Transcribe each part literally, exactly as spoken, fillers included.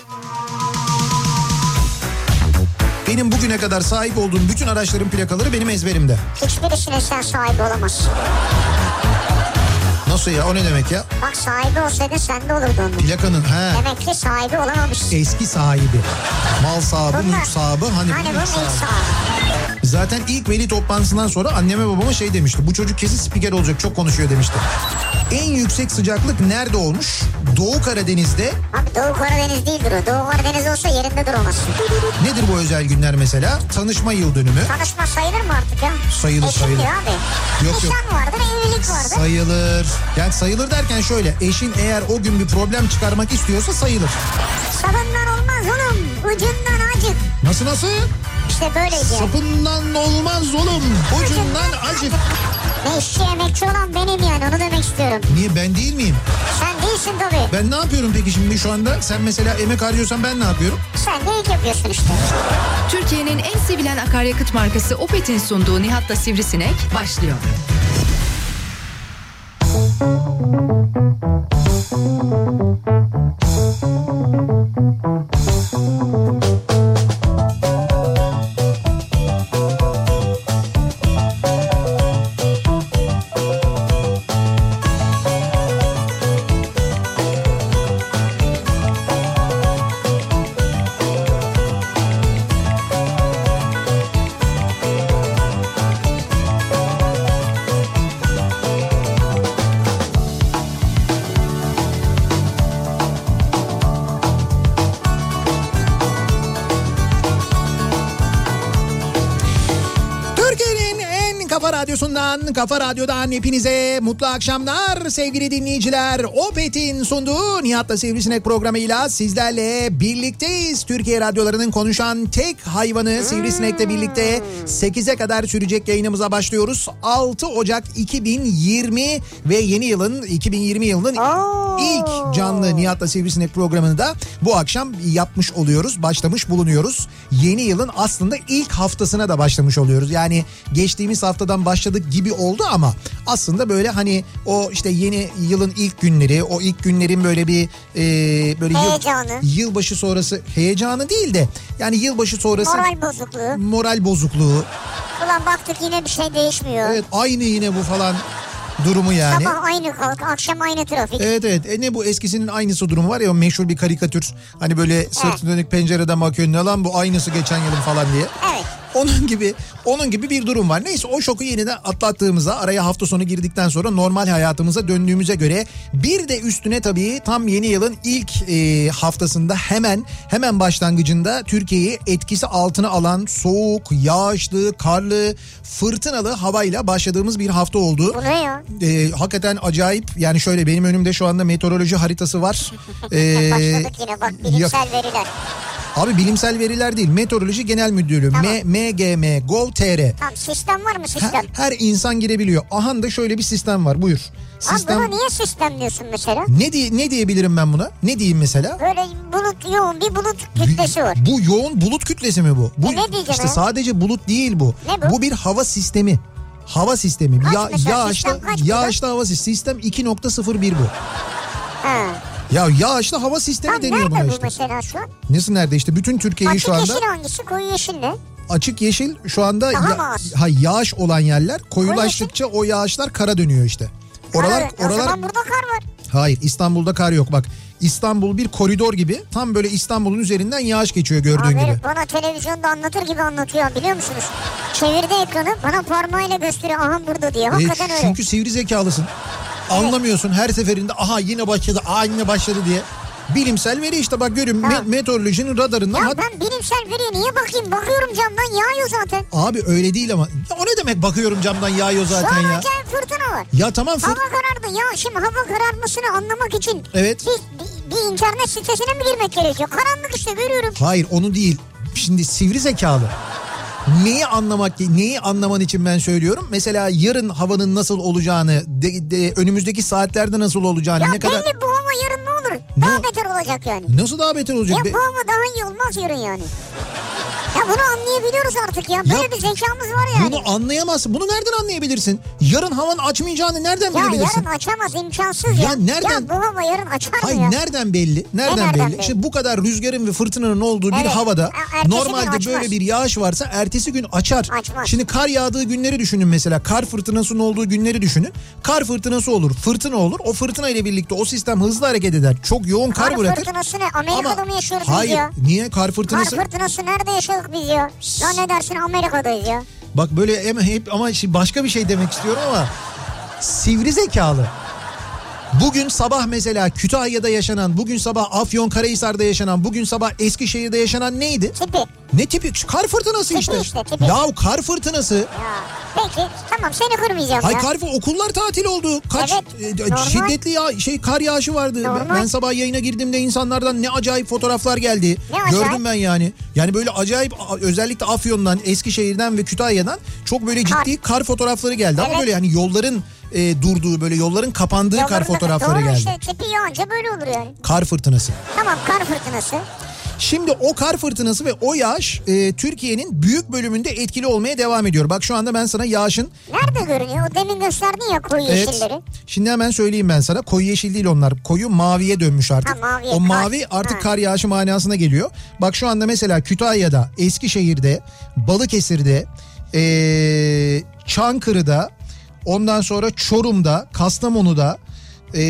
Benim bugüne kadar sahip olduğum bütün araçların plakaları benim ezberimde. Hiçbirisine sen sahibi olamazsın. Nasıl ya, o ne demek ya? Bak sahibi olsaydın sen de olurdu onun. Plakanın he. Demek ki sahibi olamamışsın. Eski sahibi. Mal sahibi, Bunlar, mülk sahibi. Hani, hani bu mülk sahibi. sahibi. Zaten ilk veli toplantısından sonra anneme babama şey demişti. Bu çocuk kesin spiker olacak, çok konuşuyor demişti. En yüksek sıcaklık nerede olmuş? Doğu Karadeniz'de. Abi Doğu Karadeniz değildir o. Doğu Karadeniz olsa yerinde duramazsın. Nedir bu özel günler mesela? Tanışma yıl dönümü. Tanışma sayılır mı artık ya? Sayılır, Eşim sayılır. diyor abi. Yok, Nişan yok. vardır, evlilik vardır. Sayılır. Yani sayılır derken şöyle, eşin eğer o gün bir problem çıkarmak istiyorsa sayılır. Sapından olmaz oğlum. Ucundan acık. Nasıl nasıl? İşte böyleydi. Sapından olmaz oğlum. Ucundan acık. Ne işçi emekçi olan benim yani, onu demek istiyorum. Niye, ben değil miyim? Sen değilsin tabii. Ben ne yapıyorum peki şimdi şu anda? Sen mesela emek harcıyorsan ben ne yapıyorum? Sen de ilk yapıyorsun işte. Türkiye'nin en sevilen akaryakıt markası Opet'in sunduğu Nihat'la Sivrisinek başlıyor. Radyosu'ndan, Kafa Radyo'dan hepinize mutlu akşamlar sevgili dinleyiciler. Opet'in sunduğu Nihat'la Sivrisinek programıyla sizlerle birlikteyiz. Türkiye radyolarının konuşan tek hayvanı Sivrisinek'le birlikte sekize kadar sürecek yayınımıza başlıyoruz. altı Ocak iki bin yirmi ve yeni yılın iki bin yirmi yılının ilk canlı Nihat'la Sivrisinek programını da bu akşam yapmış oluyoruz. Başlamış bulunuyoruz. Yeni yılın aslında ilk haftasına da başlamış oluyoruz. Yani geçtiğimiz haftadan başladık gibi oldu ama aslında böyle hani o işte yeni yılın ilk günleri, o ilk günlerin böyle bir e, böyle heyecanı. Yıl, yılbaşı sonrası heyecanı değil de yani yılbaşı sonrası moral bozukluğu. Moral bozukluğu. Ulan baktık yine bir şey değişmiyor. Evet, aynı yine bu falan durumu yani. Sabah aynı kalk, akşam aynı trafik. Evet evet. E ne bu, eskisinin aynısı durumu var ya, o meşhur bir karikatür. Hani böyle sırtı dönük pencereden bakıyor, ne lan bu aynısı geçen yılın falan diye. Evet. Onun gibi onun gibi bir durum var. Neyse, o şoku yeniden atlattığımızda, araya hafta sonu girdikten sonra normal hayatımıza döndüğümüze göre, bir de üstüne tabii tam yeni yılın ilk e, haftasında hemen hemen başlangıcında Türkiye'yi etkisi altına alan soğuk, yağışlı, karlı, fırtınalı havayla başladığımız bir hafta oldu. Bu ne ya? E, hakikaten acayip. Yani şöyle, benim önümde şu anda meteoroloji haritası var. E, Başladık yine bak, bilimsel ya, veriler. Abi bilimsel veriler değil, Meteoroloji Genel Müdürlüğü, tamam. M G M Gov T R. Tamam, sistem var mı sistem? Her, her insan girebiliyor. Aha da şöyle bir sistem var, buyur. Sistem... Abi buna niye sistem diyorsun mesela? Ne, diye, ne diyebilirim ben buna? Ne diyeyim mesela? Böyle bulut, yoğun bir bulut kütlesi var. Bu yoğun bulut kütlesi mi bu? bu e ne diyeceğim İşte ya? Sadece bulut değil bu. Ne bu? Bu bir hava sistemi. Hava sistemi. Kaç ya, mesela, yağışlı, sistem kaç yağışlı hava sistemi. Sistem iki nokta sıfır bir bu. Ha. Ya yağışlı hava sistemi Tam deniyor buna nerede işte. bu mesela şu an? Nasıl nerede işte? Bütün Türkiye'yi Açık şu anda... yeşil hangisi? Koyu yeşil ne? Açık yeşil şu anda Daha ya, mı az? ha, yağış olan yerler, koyulaştıkça o yağışlar kara dönüyor işte. Oralar Kar, oralar o zaman burada kar var. Hayır, İstanbul'da kar yok bak. İstanbul bir koridor gibi, tam böyle İstanbul'un üzerinden yağış geçiyor gördüğün Abi, gibi. bana televizyonda anlatır gibi anlatıyor, biliyor musunuz? Çevirdi ekranı, bana parmağıyla gösteriyor, aha burada diye. Hakikaten e, öyle. Çünkü sivri zekalısın. Evet. Anlamıyorsun her seferinde, aha yine başladı, aha yine başladı diye. Bilimsel veri işte, bak görüyorum, tamam. me- meteorolojinin radarından. Ya had- ben bilimsel veriye niye bakayım? Bakıyorum camdan, yağıyor zaten. Abi öyle değil ama. Ya o ne demek bakıyorum camdan yağıyor zaten Şu an ya. acayip fırtına var. Ya tamam fır... Hava karardı ya, şimdi hava kararmasını anlamak için. Evet. Bir, bir, bir internet sitesine mi girmek gerekiyor? Karanlık işte, görüyorum. Hayır, onu değil. Şimdi sivri zekalı. Neyi anlamak, neyi anlaman için ben söylüyorum. Mesela yarın havanın nasıl olacağını, de, de, önümüzdeki saatlerde nasıl olacağını, Ya ne kadar... belli, bu hava yarın ne olur? Daha Ne? beter olacak yani. Nasıl daha beter olacak? Ya Be... bu hava daha iyi olmaz yarın yani. Ya bunu anlayabiliyoruz artık ya. Böyle ya, bir zekamız var yani. Bunu anlayamazsın. Bunu nereden anlayabilirsin? Yarın havan açmayacağını nereden ya bilebilirsin? Ya yarın açamaz, imkansız ya. Ya nereden? Ya bu hava yarın açar mı Hayır, ya? nereden belli? Nereden, nereden belli? belli? Şimdi bu kadar rüzgarın ve fırtınanın olduğu evet. bir havada Ertesi normalde böyle bir yağış varsa ertesi gün açar. Açmaz. Şimdi kar yağdığı günleri düşünün mesela. Kar fırtınasının olduğu günleri düşünün. Kar fırtınası olur, fırtına olur. O fırtına ile birlikte o sistem hızlı hareket eder. Çok yoğun kar, kar bırakır. Kar fırtınası ne? Amerika'da ama, mı yaşıyoruz hayır, biz ya? Niye kar fırtınası? Kar fırtınası nerede yaşadık biz ya? Ya ne dersin, Amerika'dayız ya. Bak böyle hem, hep ama şimdi başka bir şey demek istiyorum ama sivri zekalı. Bugün sabah mesela Kütahya'da yaşanan, bugün sabah Afyonkarahisar'da yaşanan, bugün sabah Eskişehir'de yaşanan neydi? Tipi. Ne tipi? Kar fırtınası tipi işte. işte tipi. Ya kar fırtınası. Ya peki tamam, seni kırmayacağım Hay ya. kar okullar tatil oldu. Kaç evet, e, şiddetli ya şey kar yağışı vardı. Ben, ben sabah yayına girdiğimde insanlardan ne acayip fotoğraflar geldi. Ne acayip? Gördüm ben yani. Yani böyle acayip, özellikle Afyon'dan, Eskişehir'den ve Kütahya'dan çok böyle ciddi kar, kar fotoğrafları geldi. Evet. Ama böyle yani yolların e, durduğu, böyle yolların kapandığı yolların kar fotoğrafları doğru geldi. Doğru işte, tipi yağınca böyle olur yani. Kar fırtınası. Tamam, kar fırtınası. Şimdi o kar fırtınası ve o yağış e, Türkiye'nin büyük bölümünde etkili olmaya devam ediyor. Bak şu anda ben sana yağışın... Nerede görünüyor? O demin gösterdin ya koyu evet. yeşilleri. Şimdi hemen söyleyeyim ben sana. Koyu yeşil değil onlar. Koyu maviye dönmüş artık. Ha, maviye, o mavi kar. artık ha. kar yağışı manasına geliyor. Bak şu anda mesela Kütahya'da, Eskişehir'de, Balıkesir'de, e, Çankırı'da, ondan sonra Çorum'da, Kastamonu'da, e,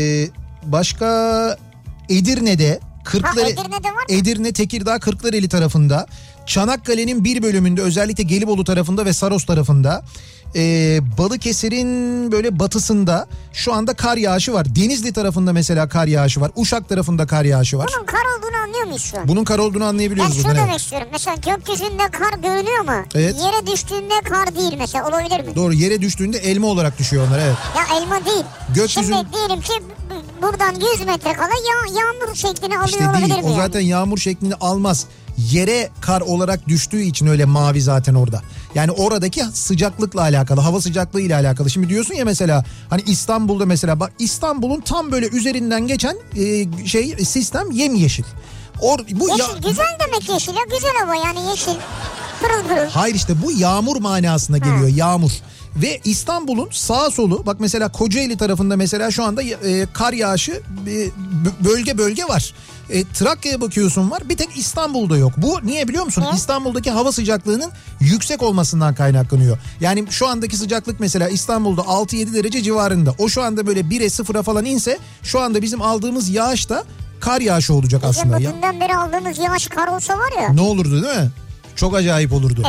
başka Edirne'de, Kırklar, ha, Edirne'de var mı? Edirne, Tekirdağ, Kırklareli tarafında, Çanakkale'nin bir bölümünde, özellikle Gelibolu tarafında ve Saros tarafında, ee, Balıkesir'in böyle batısında şu anda kar yağışı var. Denizli tarafında mesela kar yağışı var. Uşak tarafında kar yağışı var. Bunun kar olduğunu anlıyor muyuz şu an? Bunun kar olduğunu anlayabiliyoruz. Ben şunu demek evet. istiyorum. Mesela gökyüzünde kar görünüyor mu? Evet. Yere düştüğünde kar değil mesela, olabilir mi? Doğru, yere düştüğünde elma olarak düşüyor onlar, evet. Ya elma değil. Gökyüzün... Şimdi diyelim ki buradan yüz metre kala yağ, yağmur şeklini alıyor işte olabilir değil, mi? o zaten yani? Yağmur şeklini almaz. Yere kar olarak düştüğü için öyle mavi zaten orada. Yani oradaki sıcaklıkla alakalı, hava sıcaklığı ile alakalı. Şimdi diyorsun ya mesela hani İstanbul'da mesela bak, İstanbul'un tam böyle üzerinden geçen e, şey sistem yemyeşil. Or, bu yeşil ya, güzel demek, yeşil ya, güzel hava yani, yeşil pırıl pırıl. Hayır, işte bu yağmur manasına geliyor, ha. Yağmur. Ve İstanbul'un sağ solu, bak mesela Kocaeli tarafında mesela şu anda e, kar yağışı e, bölge bölge var. E, Trakya'ya bakıyorsun var, bir tek İstanbul'da yok. Bu niye biliyor musun? Ne? İstanbul'daki hava sıcaklığının yüksek olmasından kaynaklanıyor. Yani şu andaki sıcaklık mesela İstanbul'da altı yedi derece civarında. O şu anda böyle bire sıfıra falan inse şu anda bizim aldığımız yağış da kar yağışı olacak bizim aslında. Bizim bugünden beri aldığımız yağış kar olsa var ya. Ne olurdu değil mi? Çok acayip olurdu.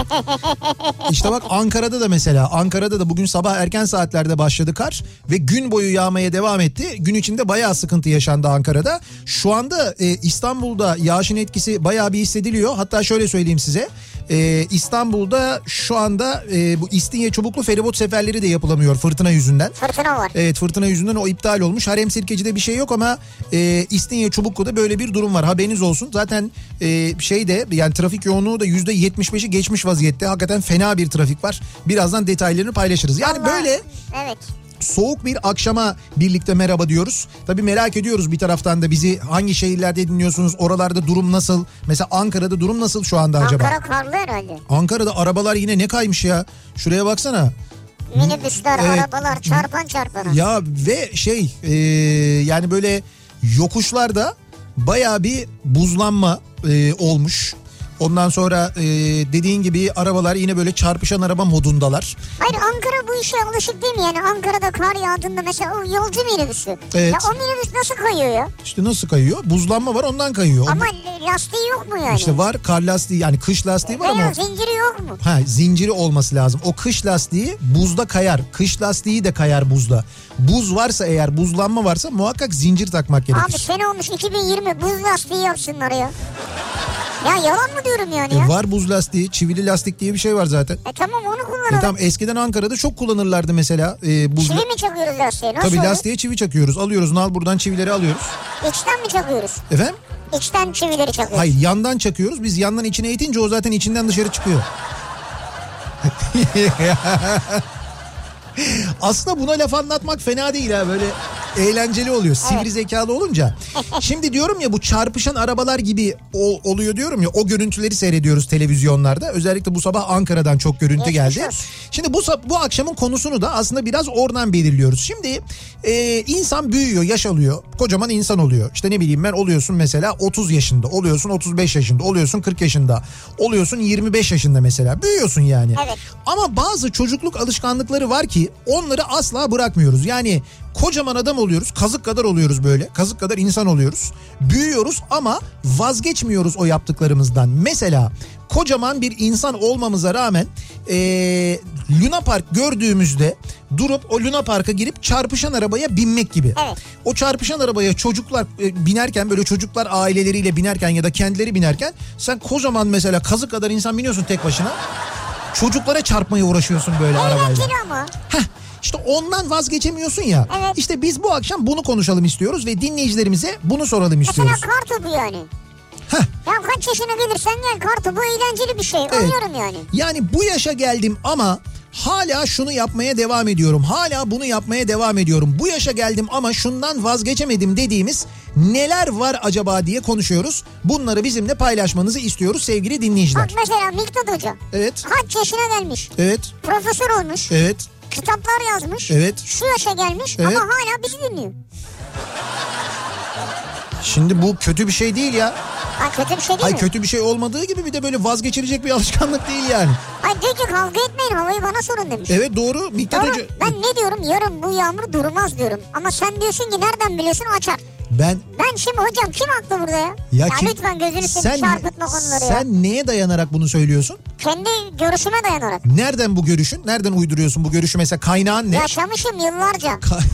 İşte bak Ankara'da da mesela, Ankara'da da bugün sabah erken saatlerde başladı kar ve gün boyu yağmaya devam etti. Gün içinde bayağı sıkıntı yaşandı Ankara'da. Şu anda e, İstanbul'da yağışın etkisi bayağı bir hissediliyor. Hatta şöyle söyleyeyim size. E, İstanbul'da şu anda e, bu İstinye Çubuklu feribot seferleri de yapılamıyor fırtına yüzünden. Fırtına var. Evet, fırtına yüzünden o iptal olmuş. Harem Sirkeci'de bir şey yok ama e, İstinye Çubuklu'da böyle bir durum var. Haberiniz olsun. Zaten e, şeyde yani trafik yoğunluğu da yüzde yetmiş beşi geçmiş vaziyette. Hakikaten fena bir trafik var. Birazdan detaylarını paylaşırız. Yani Allah. böyle... Evet. Soğuk bir akşama birlikte merhaba diyoruz. Tabii merak ediyoruz bir taraftan da bizi, hangi şehirlerde dinliyorsunuz? Oralarda durum nasıl? Mesela Ankara'da durum nasıl şu anda acaba? Ankara karlı herhalde. Ankara'da arabalar yine ne kaymış ya. Şuraya baksana. Minibüsler, evet. Arabalar çarpan çarpan. Ya ve şey e, yani böyle yokuşlarda bayağı bir buzlanma e, olmuş. Ondan sonra e, dediğin gibi arabalar yine böyle çarpışan araba modundalar. Hayır, Ankara bu işe alışık değil mi? Yani Ankara'da kar yağdığında mesela o yolcu minibüsü. Evet. Ya o minibüs nasıl kayıyor ya? İşte nasıl kayıyor? Buzlanma var, ondan kayıyor. Ama Ondan... lastiği yok mu yani? İşte var, kar lastiği, yani kış lastiği var Veya ama... zinciri yok mu? Ha, zinciri olması lazım. O kış lastiği buzda kayar. Kış lastiği de kayar buzda. Buz varsa eğer, buzlanma varsa muhakkak zincir takmak gerekir. Abi sene olmuş iki bin yirmi, buz lastiği yapsınlar ya. Ya yalan mı diyorum yani e ya? Var buz lastiği, çivili lastik diye bir şey var zaten. E tamam, onu kullanalım. E tamam, eskiden Ankara'da çok kullanırlardı mesela. E, buz... Çivi mi çakıyoruz lastiğe? Nasıl Tabii olur? lastiğe çivi çakıyoruz. Alıyoruz, nal buradan çivileri alıyoruz. İçten mi çakıyoruz? Efendim? İçten çivileri çakıyoruz. Hayır, yandan çakıyoruz. Biz yandan içine itince o zaten içinden dışarı çıkıyor. Aslında buna laf anlatmak fena değil ha, böyle eğlenceli oluyor. Sivri Evet. zekalı olunca. Şimdi diyorum ya bu çarpışan arabalar gibi o, oluyor diyorum ya, o görüntüleri seyrediyoruz televizyonlarda. Özellikle bu sabah Ankara'dan çok görüntü Geçmiş geldi. olsun. Şimdi bu bu akşamın konusunu da aslında biraz oradan belirliyoruz. Şimdi e, insan büyüyor, yaş alıyor. Kocaman insan oluyor. İşte ne bileyim ben, oluyorsun mesela otuz yaşında, oluyorsun otuz beş yaşında, oluyorsun kırk yaşında, oluyorsun yirmi beş yaşında mesela. Büyüyorsun yani. Evet. Ama bazı çocukluk alışkanlıkları var ki onları asla bırakmıyoruz. Yani kocaman adam oluyoruz, kazık kadar oluyoruz böyle. Kazık kadar insan oluyoruz. Büyüyoruz ama vazgeçmiyoruz o yaptıklarımızdan. Mesela kocaman bir insan olmamıza rağmen ee, Luna Park gördüğümüzde durup o Luna Park'a girip çarpışan arabaya binmek gibi. Evet. O çarpışan arabaya çocuklar e, binerken, böyle çocuklar aileleriyle binerken ya da kendileri binerken, sen kocaman mesela kazık kadar insan biniyorsun tek başına. Çocuklara çarpmaya uğraşıyorsun böyle arabayla. Eğlenceli ama. Heh, işte ondan vazgeçemiyorsun ya. Evet. İşte biz bu akşam bunu konuşalım istiyoruz ve dinleyicilerimize bunu soralım Mesela istiyoruz. kar topu yani. Heh. Ya kaç yaşına gelirsen gel, kar topu eğlenceli bir şey. Evet. Anlıyorum yani. Yani bu yaşa geldim ama hala şunu yapmaya devam ediyorum. Hala bunu yapmaya devam ediyorum. Bu yaşa geldim ama şundan vazgeçemedim dediğimiz neler var acaba diye konuşuyoruz. Bunları bizimle paylaşmanızı istiyoruz sevgili dinleyiciler. Bak mesela Miktat Hoca. Evet. Kaç yaşına gelmiş? Evet. Profesör olmuş. Evet. Kitaplar yazmış. Evet. Şu yaşa gelmiş Evet. ama hala bizi dinliyor. Şimdi bu kötü bir şey değil ya. Ha, kötü bir şey değil Hayır, mi? kötü bir şey olmadığı gibi bir de böyle vazgeçilecek bir alışkanlık değil yani. Hayır, diyor ki kavga etmeyin, havayı bana sorun demiş. Evet, doğru. Miktat Doğru. Hoca. Ben ne diyorum, yarın bu yağmur durmaz diyorum. Ama sen diyorsun ki nereden biliyorsun, açar. Ben Ben şimdi hocam kim haklı burada ya? Ya Ya, kim- lütfen gözünü seveyim, çarpıtma konuları ya. sen neye dayanarak bunu söylüyorsun? Kendi görüşüme dayanarak. Nereden bu görüşün? Nereden uyduruyorsun bu görüşü, mesela kaynağın ne? Yaşamışım yıllarca. Ka-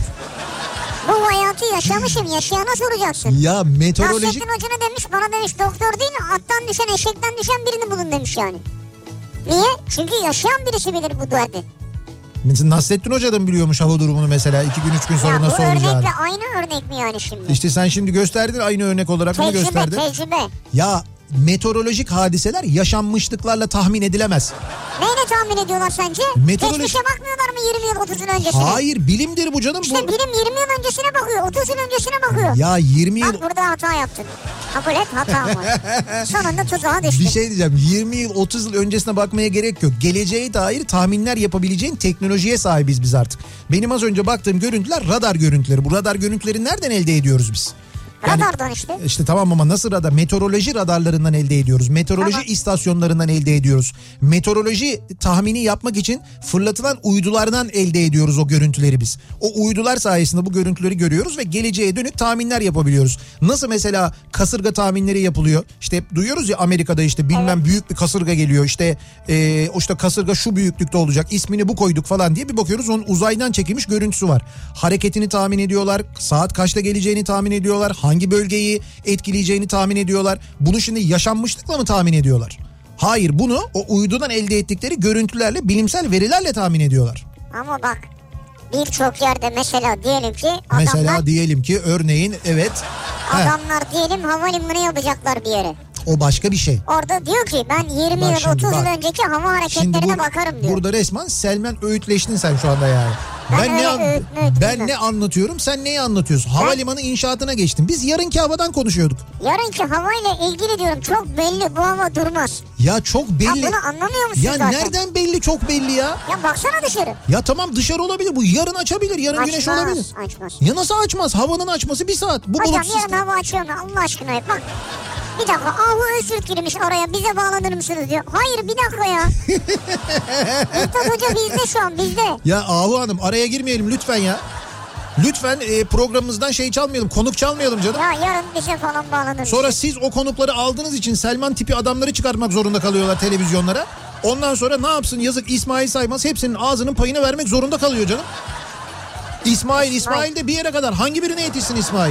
Bu hayatı yaşamışım, yaşayana soracaksın. ya meteorolojik... Nasrettin Hoca ne demiş? Bana demiş doktor değil, attan düşen eşekten düşen birini bulun demiş yani. Niye? Çünkü yaşayan birisi bilir bu derdi. Mesela Nasrettin Hoca da mı biliyormuş hava durumunu mesela iki gün üç gün sonra Ya bu nasıl olacağını? örnekle aynı örnek mi yani şimdi? İşte sen şimdi gösterdin, aynı örnek olarak bunu Tecrübe, gösterdin. tecrübe. Ya meteorolojik hadiseler yaşanmışlıklarla tahmin edilemez. Neyle tahmin ediyorlar sence? Meteoroloji- Geçmişe bakmıyorlar mı yirmi yıl otuz yıl öncesine? Hayır, bilimdir bu canım. İşte bu... bilim yirmi yıl öncesine bakıyor, otuz yıl öncesine bakıyor. Ya yirmi yıl... Bak burada hata yaptın. Kabul et, hata mı? Sonunda tuzağa düştün. Bir şey diyeceğim, yirmi yıl otuz yıl öncesine bakmaya gerek yok. Geleceğe dair tahminler yapabileceğin teknolojiye sahibiz biz artık. Benim az önce baktığım görüntüler radar görüntüleri. Bu radar görüntüleri nereden elde ediyoruz biz? Yani, Radardan işte. İşte tamam ama nasıl radar? Meteoroloji radarlarından elde ediyoruz. Meteoroloji Tamam. istasyonlarından elde ediyoruz. Meteoroloji tahmini yapmak için fırlatılan uydulardan elde ediyoruz o görüntüleri biz. O uydular sayesinde bu görüntüleri görüyoruz ve geleceğe dönük tahminler yapabiliyoruz. Nasıl mesela kasırga tahminleri yapılıyor? İşte hep duyuyoruz ya, Amerika'da işte bilmem evet. büyük bir kasırga geliyor. İşte e, o işte kasırga şu büyüklükte olacak. İsmini bu koyduk falan diye bir bakıyoruz, onun uzaydan çekilmiş görüntüsü var. Hareketini tahmin ediyorlar. Saat kaçta geleceğini tahmin ediyorlar. Hangi bölgeyi etkileyeceğini tahmin ediyorlar. Bunu şimdi yaşanmışlıkla mı tahmin ediyorlar? Hayır, bunu o uydudan elde ettikleri görüntülerle, bilimsel verilerle tahmin ediyorlar. Ama bak birçok yerde mesela diyelim ki adamlar... Mesela diyelim ki örneğin evet. Adamlar he. diyelim havalimanı yapacaklar bir yere. O başka bir şey. Orada diyor ki ben yirmi bak yıl şimdi, otuz bak. yıl önceki hava hareketlerine bu, bakarım diyor. Burada resmen Selman öğütleştin sen şu anda yani. Ben, Ben, öyle ne an- öğüt, öğüt ben bilmem. ne anlatıyorum, sen neyi anlatıyorsun? Havalimanı inşaatına geçtin. Biz yarınki havadan konuşuyorduk. Yarınki havayla ilgili diyorum, çok belli bu hava durmaz. Ya çok belli. Ya bunu anlamıyor musun Ya zaten? nereden belli, çok belli ya. Ya baksana dışarı. Ya tamam, dışarı olabilir, bu yarın açabilir, yarın Açmaz, güneş olabilir. açmaz. Ya nasıl açmaz? Havanın açması bir saat. Bu Hocam bulutsuz. yarın hava açıyor mu Allah aşkına? Bak bir dakika, Ahu Öztürk girmiş araya, bize bağlanır mısınız diyor. Hayır bir dakika ya. Miktat Hoca bizde şu an, bizde. Ya Ahu Hanım, araya girmeyelim lütfen ya. Lütfen e, programımızdan şey çalmayalım, konuk çalmayalım canım. Ya yarın bize falan bağlanır. Sonra siz o konukları aldığınız için Selman tipi adamları çıkartmak zorunda kalıyorlar televizyonlara. Ondan sonra ne yapsın, yazık İsmail Saymaz hepsinin ağzının payını vermek zorunda kalıyor canım. İsmail, İsmail de bir yere kadar. Hangi birine yetişsin İsmail?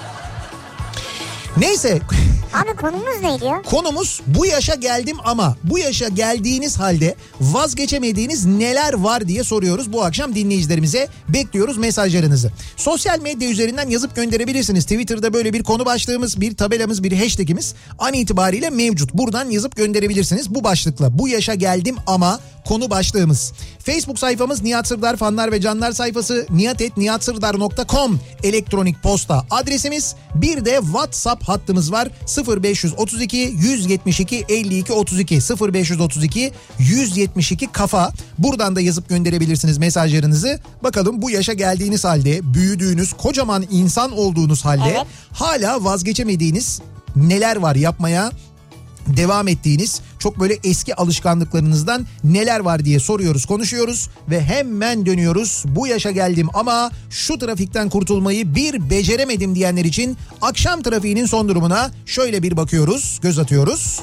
Neyse. Abi konumuz neydi ya? Konumuz bu yaşa geldim ama bu yaşa geldiğiniz halde vazgeçemediğiniz neler var diye soruyoruz bu akşam dinleyicilerimize. Bekliyoruz mesajlarınızı. Sosyal medya üzerinden yazıp gönderebilirsiniz. Twitter'da böyle bir konu başlığımız, bir tabelamız, bir hashtagimiz an itibariyle mevcut. Buradan yazıp gönderebilirsiniz bu başlıkla. Bu yaşa geldim ama konu başlığımız. Facebook sayfamız Nihat Sırdar fanlar ve canlar sayfası, nihat et nihat sırdar nokta com elektronik posta adresimiz. Bir de WhatsApp hattımız var, sıfır beş otuz iki yüz yetmiş iki elli iki otuz iki sıfır beş otuz iki yüz yetmiş iki kafa. Buradan da yazıp gönderebilirsiniz mesajlarınızı. Bakalım bu yaşa geldiğiniz halde, büyüdüğünüz, kocaman insan olduğunuz halde evet. hala vazgeçemediğiniz neler var, yapmaya devam ettiğiniz çok böyle eski alışkanlıklarınızdan neler var diye soruyoruz, konuşuyoruz ve hemen dönüyoruz. Bu yaşa geldim ama şu trafikten kurtulmayı bir beceremedim diyenler için akşam trafiğinin son durumuna şöyle bir bakıyoruz, göz atıyoruz.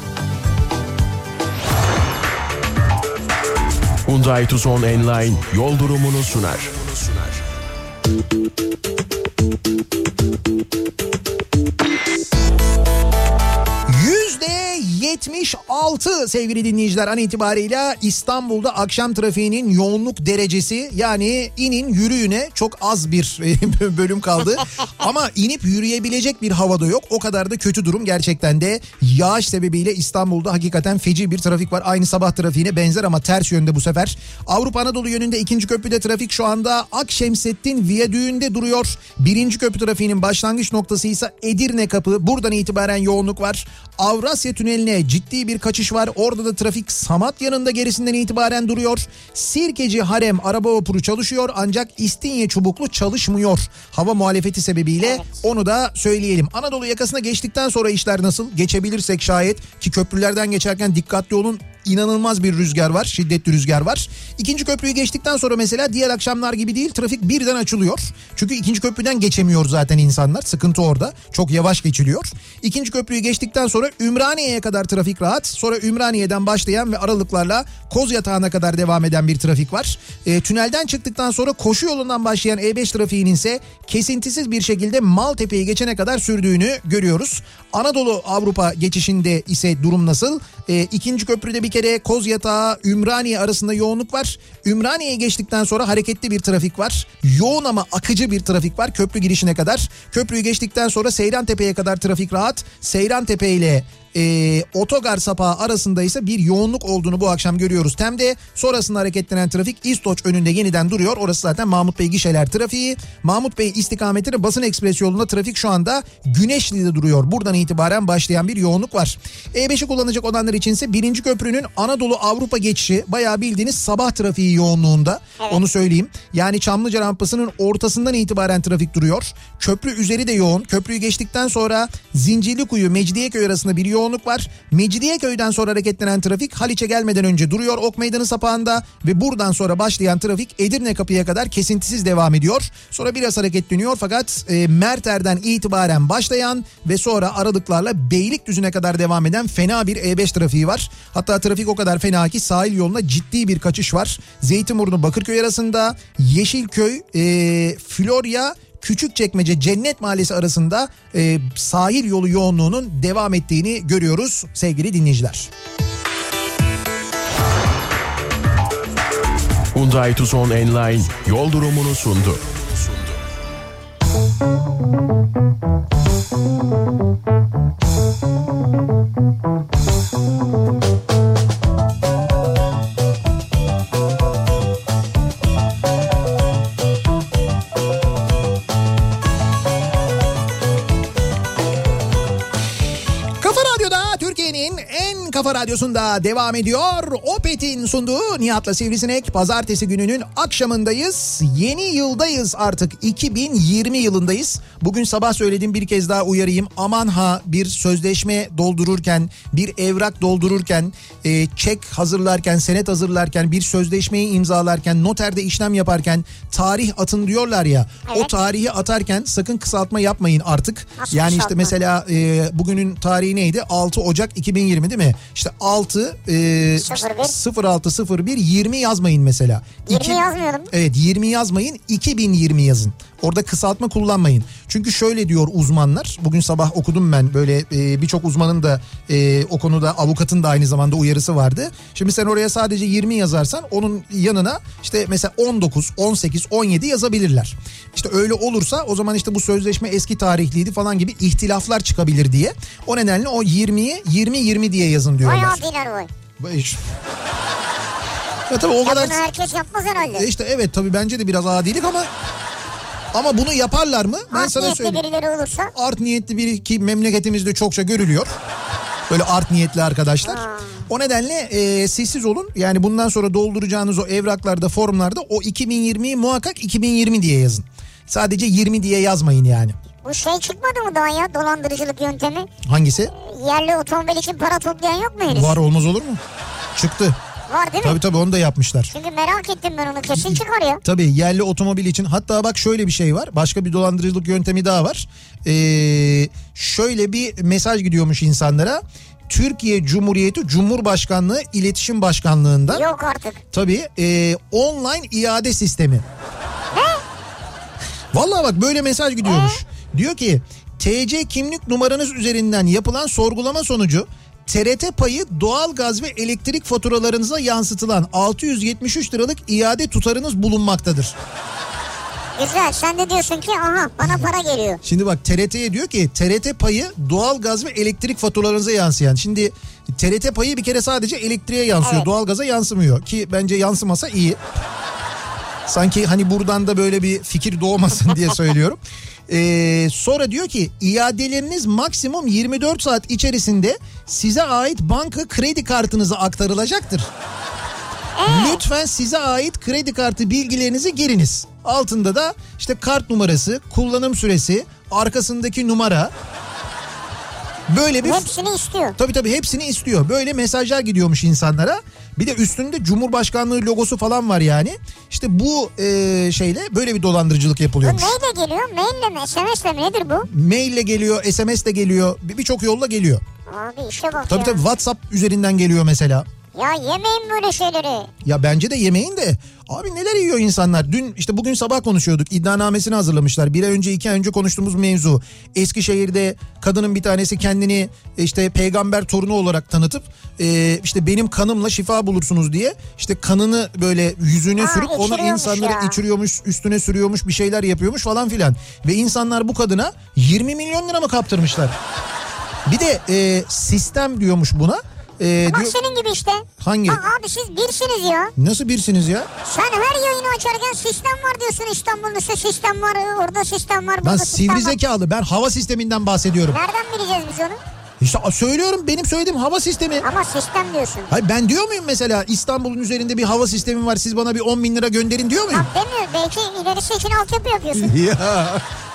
Hyundai Tucson Enline yol durumunu sunar. yetmiş altı sevgili dinleyiciler an itibarıyla İstanbul'da akşam trafiğinin yoğunluk derecesi, yani inin yürüyüne çok az bir bölüm kaldı. Ama inip yürüyebilecek bir havada yok. O kadar da kötü durum gerçekten de. Yağış sebebiyle İstanbul'da hakikaten feci bir trafik var. Aynı sabah trafiğine benzer ama ters yönde bu sefer. Avrupa Anadolu yönünde ikinci köprüde trafik şu anda Akşemsettin Viyadüğü'nde duruyor. Birinci köprü trafiğinin başlangıç noktası ise Edirne Kapı. Buradan itibaren yoğunluk var. Avrasya Tüneli'ne ciddi bir kaçış var. Orada da trafik Samatya'nın da gerisinden itibaren duruyor. Sirkeci Harem araba vapuru çalışıyor ancak İstinye Çubuklu çalışmıyor. Hava muhalefeti sebebiyle evet. Onu da söyleyelim. Anadolu yakasına geçtikten sonra işler nasıl? Geçebilirsek şayet, ki köprülerden geçerken dikkatli olun. İnanılmaz bir rüzgar var, şiddetli rüzgar var. İkinci köprüyü geçtikten sonra mesela diğer akşamlar gibi değil, trafik birden açılıyor. Çünkü ikinci köprüden geçemiyor zaten insanlar, sıkıntı orada. Çok yavaş geçiliyor. İkinci köprüyü geçtikten sonra Ümraniye'ye kadar trafik rahat. Sonra Ümraniye'den başlayan ve aralıklarla Kozyatağı'na kadar devam eden bir trafik var. E, tünelden çıktıktan sonra koşu yolundan başlayan E beş trafiğinin ise kesintisiz bir şekilde Maltepe'yi geçene kadar sürdüğünü görüyoruz. Anadolu Avrupa geçişinde ise durum nasıl? E, ikinci köprüde bir kere Kozyatağı Ümraniye arasında yoğunluk var. Ümraniye'ye geçtikten sonra hareketli bir trafik var. Yoğun ama akıcı bir trafik var köprü girişine kadar. Köprüyü geçtikten sonra Seyrantepe'ye kadar trafik rahat. Seyrantepe ile E, otogar sapağı arasında ise bir yoğunluk olduğunu bu akşam görüyoruz. Tem'de sonrasında hareketlenen trafik İstoç önünde yeniden duruyor. Orası zaten Mahmut Bey gişeler trafiği. Mahmut Bey istikametine Basın Ekspres yolunda trafik şu anda Güneşli'de duruyor. Buradan itibaren başlayan bir yoğunluk var. E beşi kullanacak olanlar içinse birinci köprünün Anadolu Avrupa geçişi bayağı bildiğiniz sabah trafiği yoğunluğunda. Evet. Onu söyleyeyim. Yani Çamlıca rampasının ortasından itibaren trafik duruyor. Köprü üzeri de yoğun. Köprüyü geçtikten sonra Zincirlikuyu Mecidiyeköy arasında bir yoğunluk var. Mecidiyeköy'den sonra hareketlenen trafik Haliç'e gelmeden önce duruyor Ok Meydanı sapağında ve buradan sonra başlayan trafik Edirne Kapı'ya kadar kesintisiz devam ediyor. Sonra biraz hareketleniyor fakat e, Merter'den itibaren başlayan ve sonra aralıklarla Beylikdüzü'ne kadar devam eden fena bir E beş trafiği var. Hatta trafik o kadar fena ki sahil yoluna ciddi bir kaçış var. Zeytinburnu Bakırköy arasında, Yeşilköy, e, Florya, Küçükçekmece Cennet Mahallesi arasında e, sahil yolu yoğunluğunun devam ettiğini görüyoruz sevgili dinleyiciler. Hyundai Tucson Enline yol durumunu sundu. Kafa Radyosu'nda devam ediyor. Opet'in sunduğu Nihat'la Sivrisinek. Pazartesi gününün akşamındayız. Yeni yıldayız artık. iki bin yirmi yılındayız. Bugün sabah söyledim, bir kez daha uyarayım. Aman ha, bir sözleşme doldururken, bir evrak doldururken, e, çek hazırlarken, senet hazırlarken, bir sözleşmeyi imzalarken, noterde işlem yaparken tarih atın diyorlar ya. Evet. O tarihi atarken sakın kısaltma yapmayın artık. Nasıl yani kısaltma? İşte mesela e, bugünün tarihi neydi? altı Ocak iki bin yirmi değil mi? İşte altı e, sıfır altı sıfır bir yirmi yazmayın mesela. yirmi İki, yazmıyorum. Evet, yirmi yazmayın, iki bin yirmi yazın. Orada kısaltma kullanmayın. Çünkü şöyle diyor uzmanlar. Bugün sabah okudum ben, böyle e, birçok uzmanın da e, o konuda, avukatın da aynı zamanda uyarısı vardı. Şimdi sen oraya sadece yirmi yazarsan onun yanına işte mesela on dokuz, on sekiz, on yedi yazabilirler. İşte öyle olursa o zaman işte bu sözleşme eski tarihliydi falan gibi ihtilaflar çıkabilir diye. O nedenle o yirmiyi yirmi yirmi diye yazın diyorlar. Bayağı diler o. Ya tabii o ya kadar... bunu herkes yapmaz herhalde. E işte evet tabii bence de biraz adilik ama... Ama bunu yaparlar mı? Ben art sana niyetli söyleyeyim. birileri olursa. Art niyetli biri ki memleketimizde çokça görülüyor. Böyle art niyetli arkadaşlar. Ha. O nedenle e, sessiz olun. Yani bundan sonra dolduracağınız o evraklarda, formlarda o iki bin yirmiyi muhakkak iki bin yirmi diye yazın. Sadece yirmi diye yazmayın yani. Bu şey çıkmadı mı daha ya, dolandırıcılık yöntemi? Hangisi? Yerli otomobil için para toplayan yok mu henüz? Var, olmaz olur mu? Çıktı. Var değil mi? Tabii tabii onu da yapmışlar. Çünkü merak ettim ben onu, kesin çıkar ya. Tabii yerli otomobil için, hatta bak şöyle bir şey var. Başka bir dolandırıcılık yöntemi daha var. Ee, şöyle bir mesaj gidiyormuş insanlara. Türkiye Cumhuriyeti Cumhurbaşkanlığı İletişim Başkanlığı'ndan. Yok artık. Tabii e, online iade sistemi. Ne? Vallahi bak böyle mesaj gidiyormuş. Ee? Diyor ki T C kimlik numaranız üzerinden yapılan sorgulama sonucu T R T payı, doğalgaz ve elektrik faturalarınıza yansıtılan altı yüz yetmiş üç liralık iade tutarınız bulunmaktadır. Güzel, sen de diyorsun ki aha bana para geliyor. Şimdi bak T R T'ye diyor ki T R T payı doğalgaz ve elektrik faturalarınıza yansıyan. Şimdi T R T payı bir kere sadece elektriğe yansıyor, evet. Doğalgaza yansımıyor ki bence yansımasa iyi. Sanki hani buradan da böyle bir fikir doğmasın diye söylüyorum. Ee, sonra diyor ki iadeleriniz maksimum yirmi dört saat içerisinde size ait banka kredi kartınıza aktarılacaktır. Ee? Lütfen size ait kredi kartı bilgilerinizi giriniz. Altında da işte kart numarası, kullanım süresi, arkasındaki numara. Böyle bir... Hepsini istiyor. Tabii tabii hepsini istiyor. Böyle mesajlar gidiyormuş insanlara. Bir de üstünde Cumhurbaşkanlığı logosu falan var yani. İşte bu e, şeyle böyle bir dolandırıcılık yapılıyormuş. Bu neyle geliyor? Maille mi? S M S'le mi? Nedir bu? Maille geliyor, S M S'le geliyor. Birçok yolla geliyor. Abi işe bak tabii ya. Tabii WhatsApp üzerinden geliyor mesela. Ya yemeyin böyle şeyleri. Ya bence de yemeyin de. Abi neler yiyor insanlar? Dün işte bugün sabah konuşuyorduk. İddianamesini hazırlamışlar. Bir ay önce iki ay önce konuştuğumuz mevzu. Eskişehir'de kadının bir tanesi kendini işte peygamber torunu olarak tanıtıp e, işte benim kanımla şifa bulursunuz diye işte kanını böyle yüzüne ha, sürüp onu insanlara ya. içiriyormuş, üstüne sürüyormuş, bir şeyler yapıyormuş falan filan. Ve insanlar bu kadına yirmi milyon lira mı kaptırmışlar? Bir de e, sistem diyormuş buna. Ee, Bak diyor, senin gibi işte. Hangi? Aa, abi siz birsiniz ya. Nasıl birsiniz ya? Sen her yayını açarken sistem var diyorsun. İstanbul'da işte sistem var, orada sistem var, burada ben sistem var. Ben sivri zekalı, ben hava sisteminden bahsediyorum. Nereden bileceğiz biz onu? İşte söylüyorum, benim söylediğim hava sistemi. Ama sistem diyorsun. Hayır ben diyor muyum mesela İstanbul'un üzerinde bir hava sistemi var, siz bana bir on bin lira gönderin diyor muyum? Bak demiyor, belki ilerisi için altyapı yapıyorsun. Ya.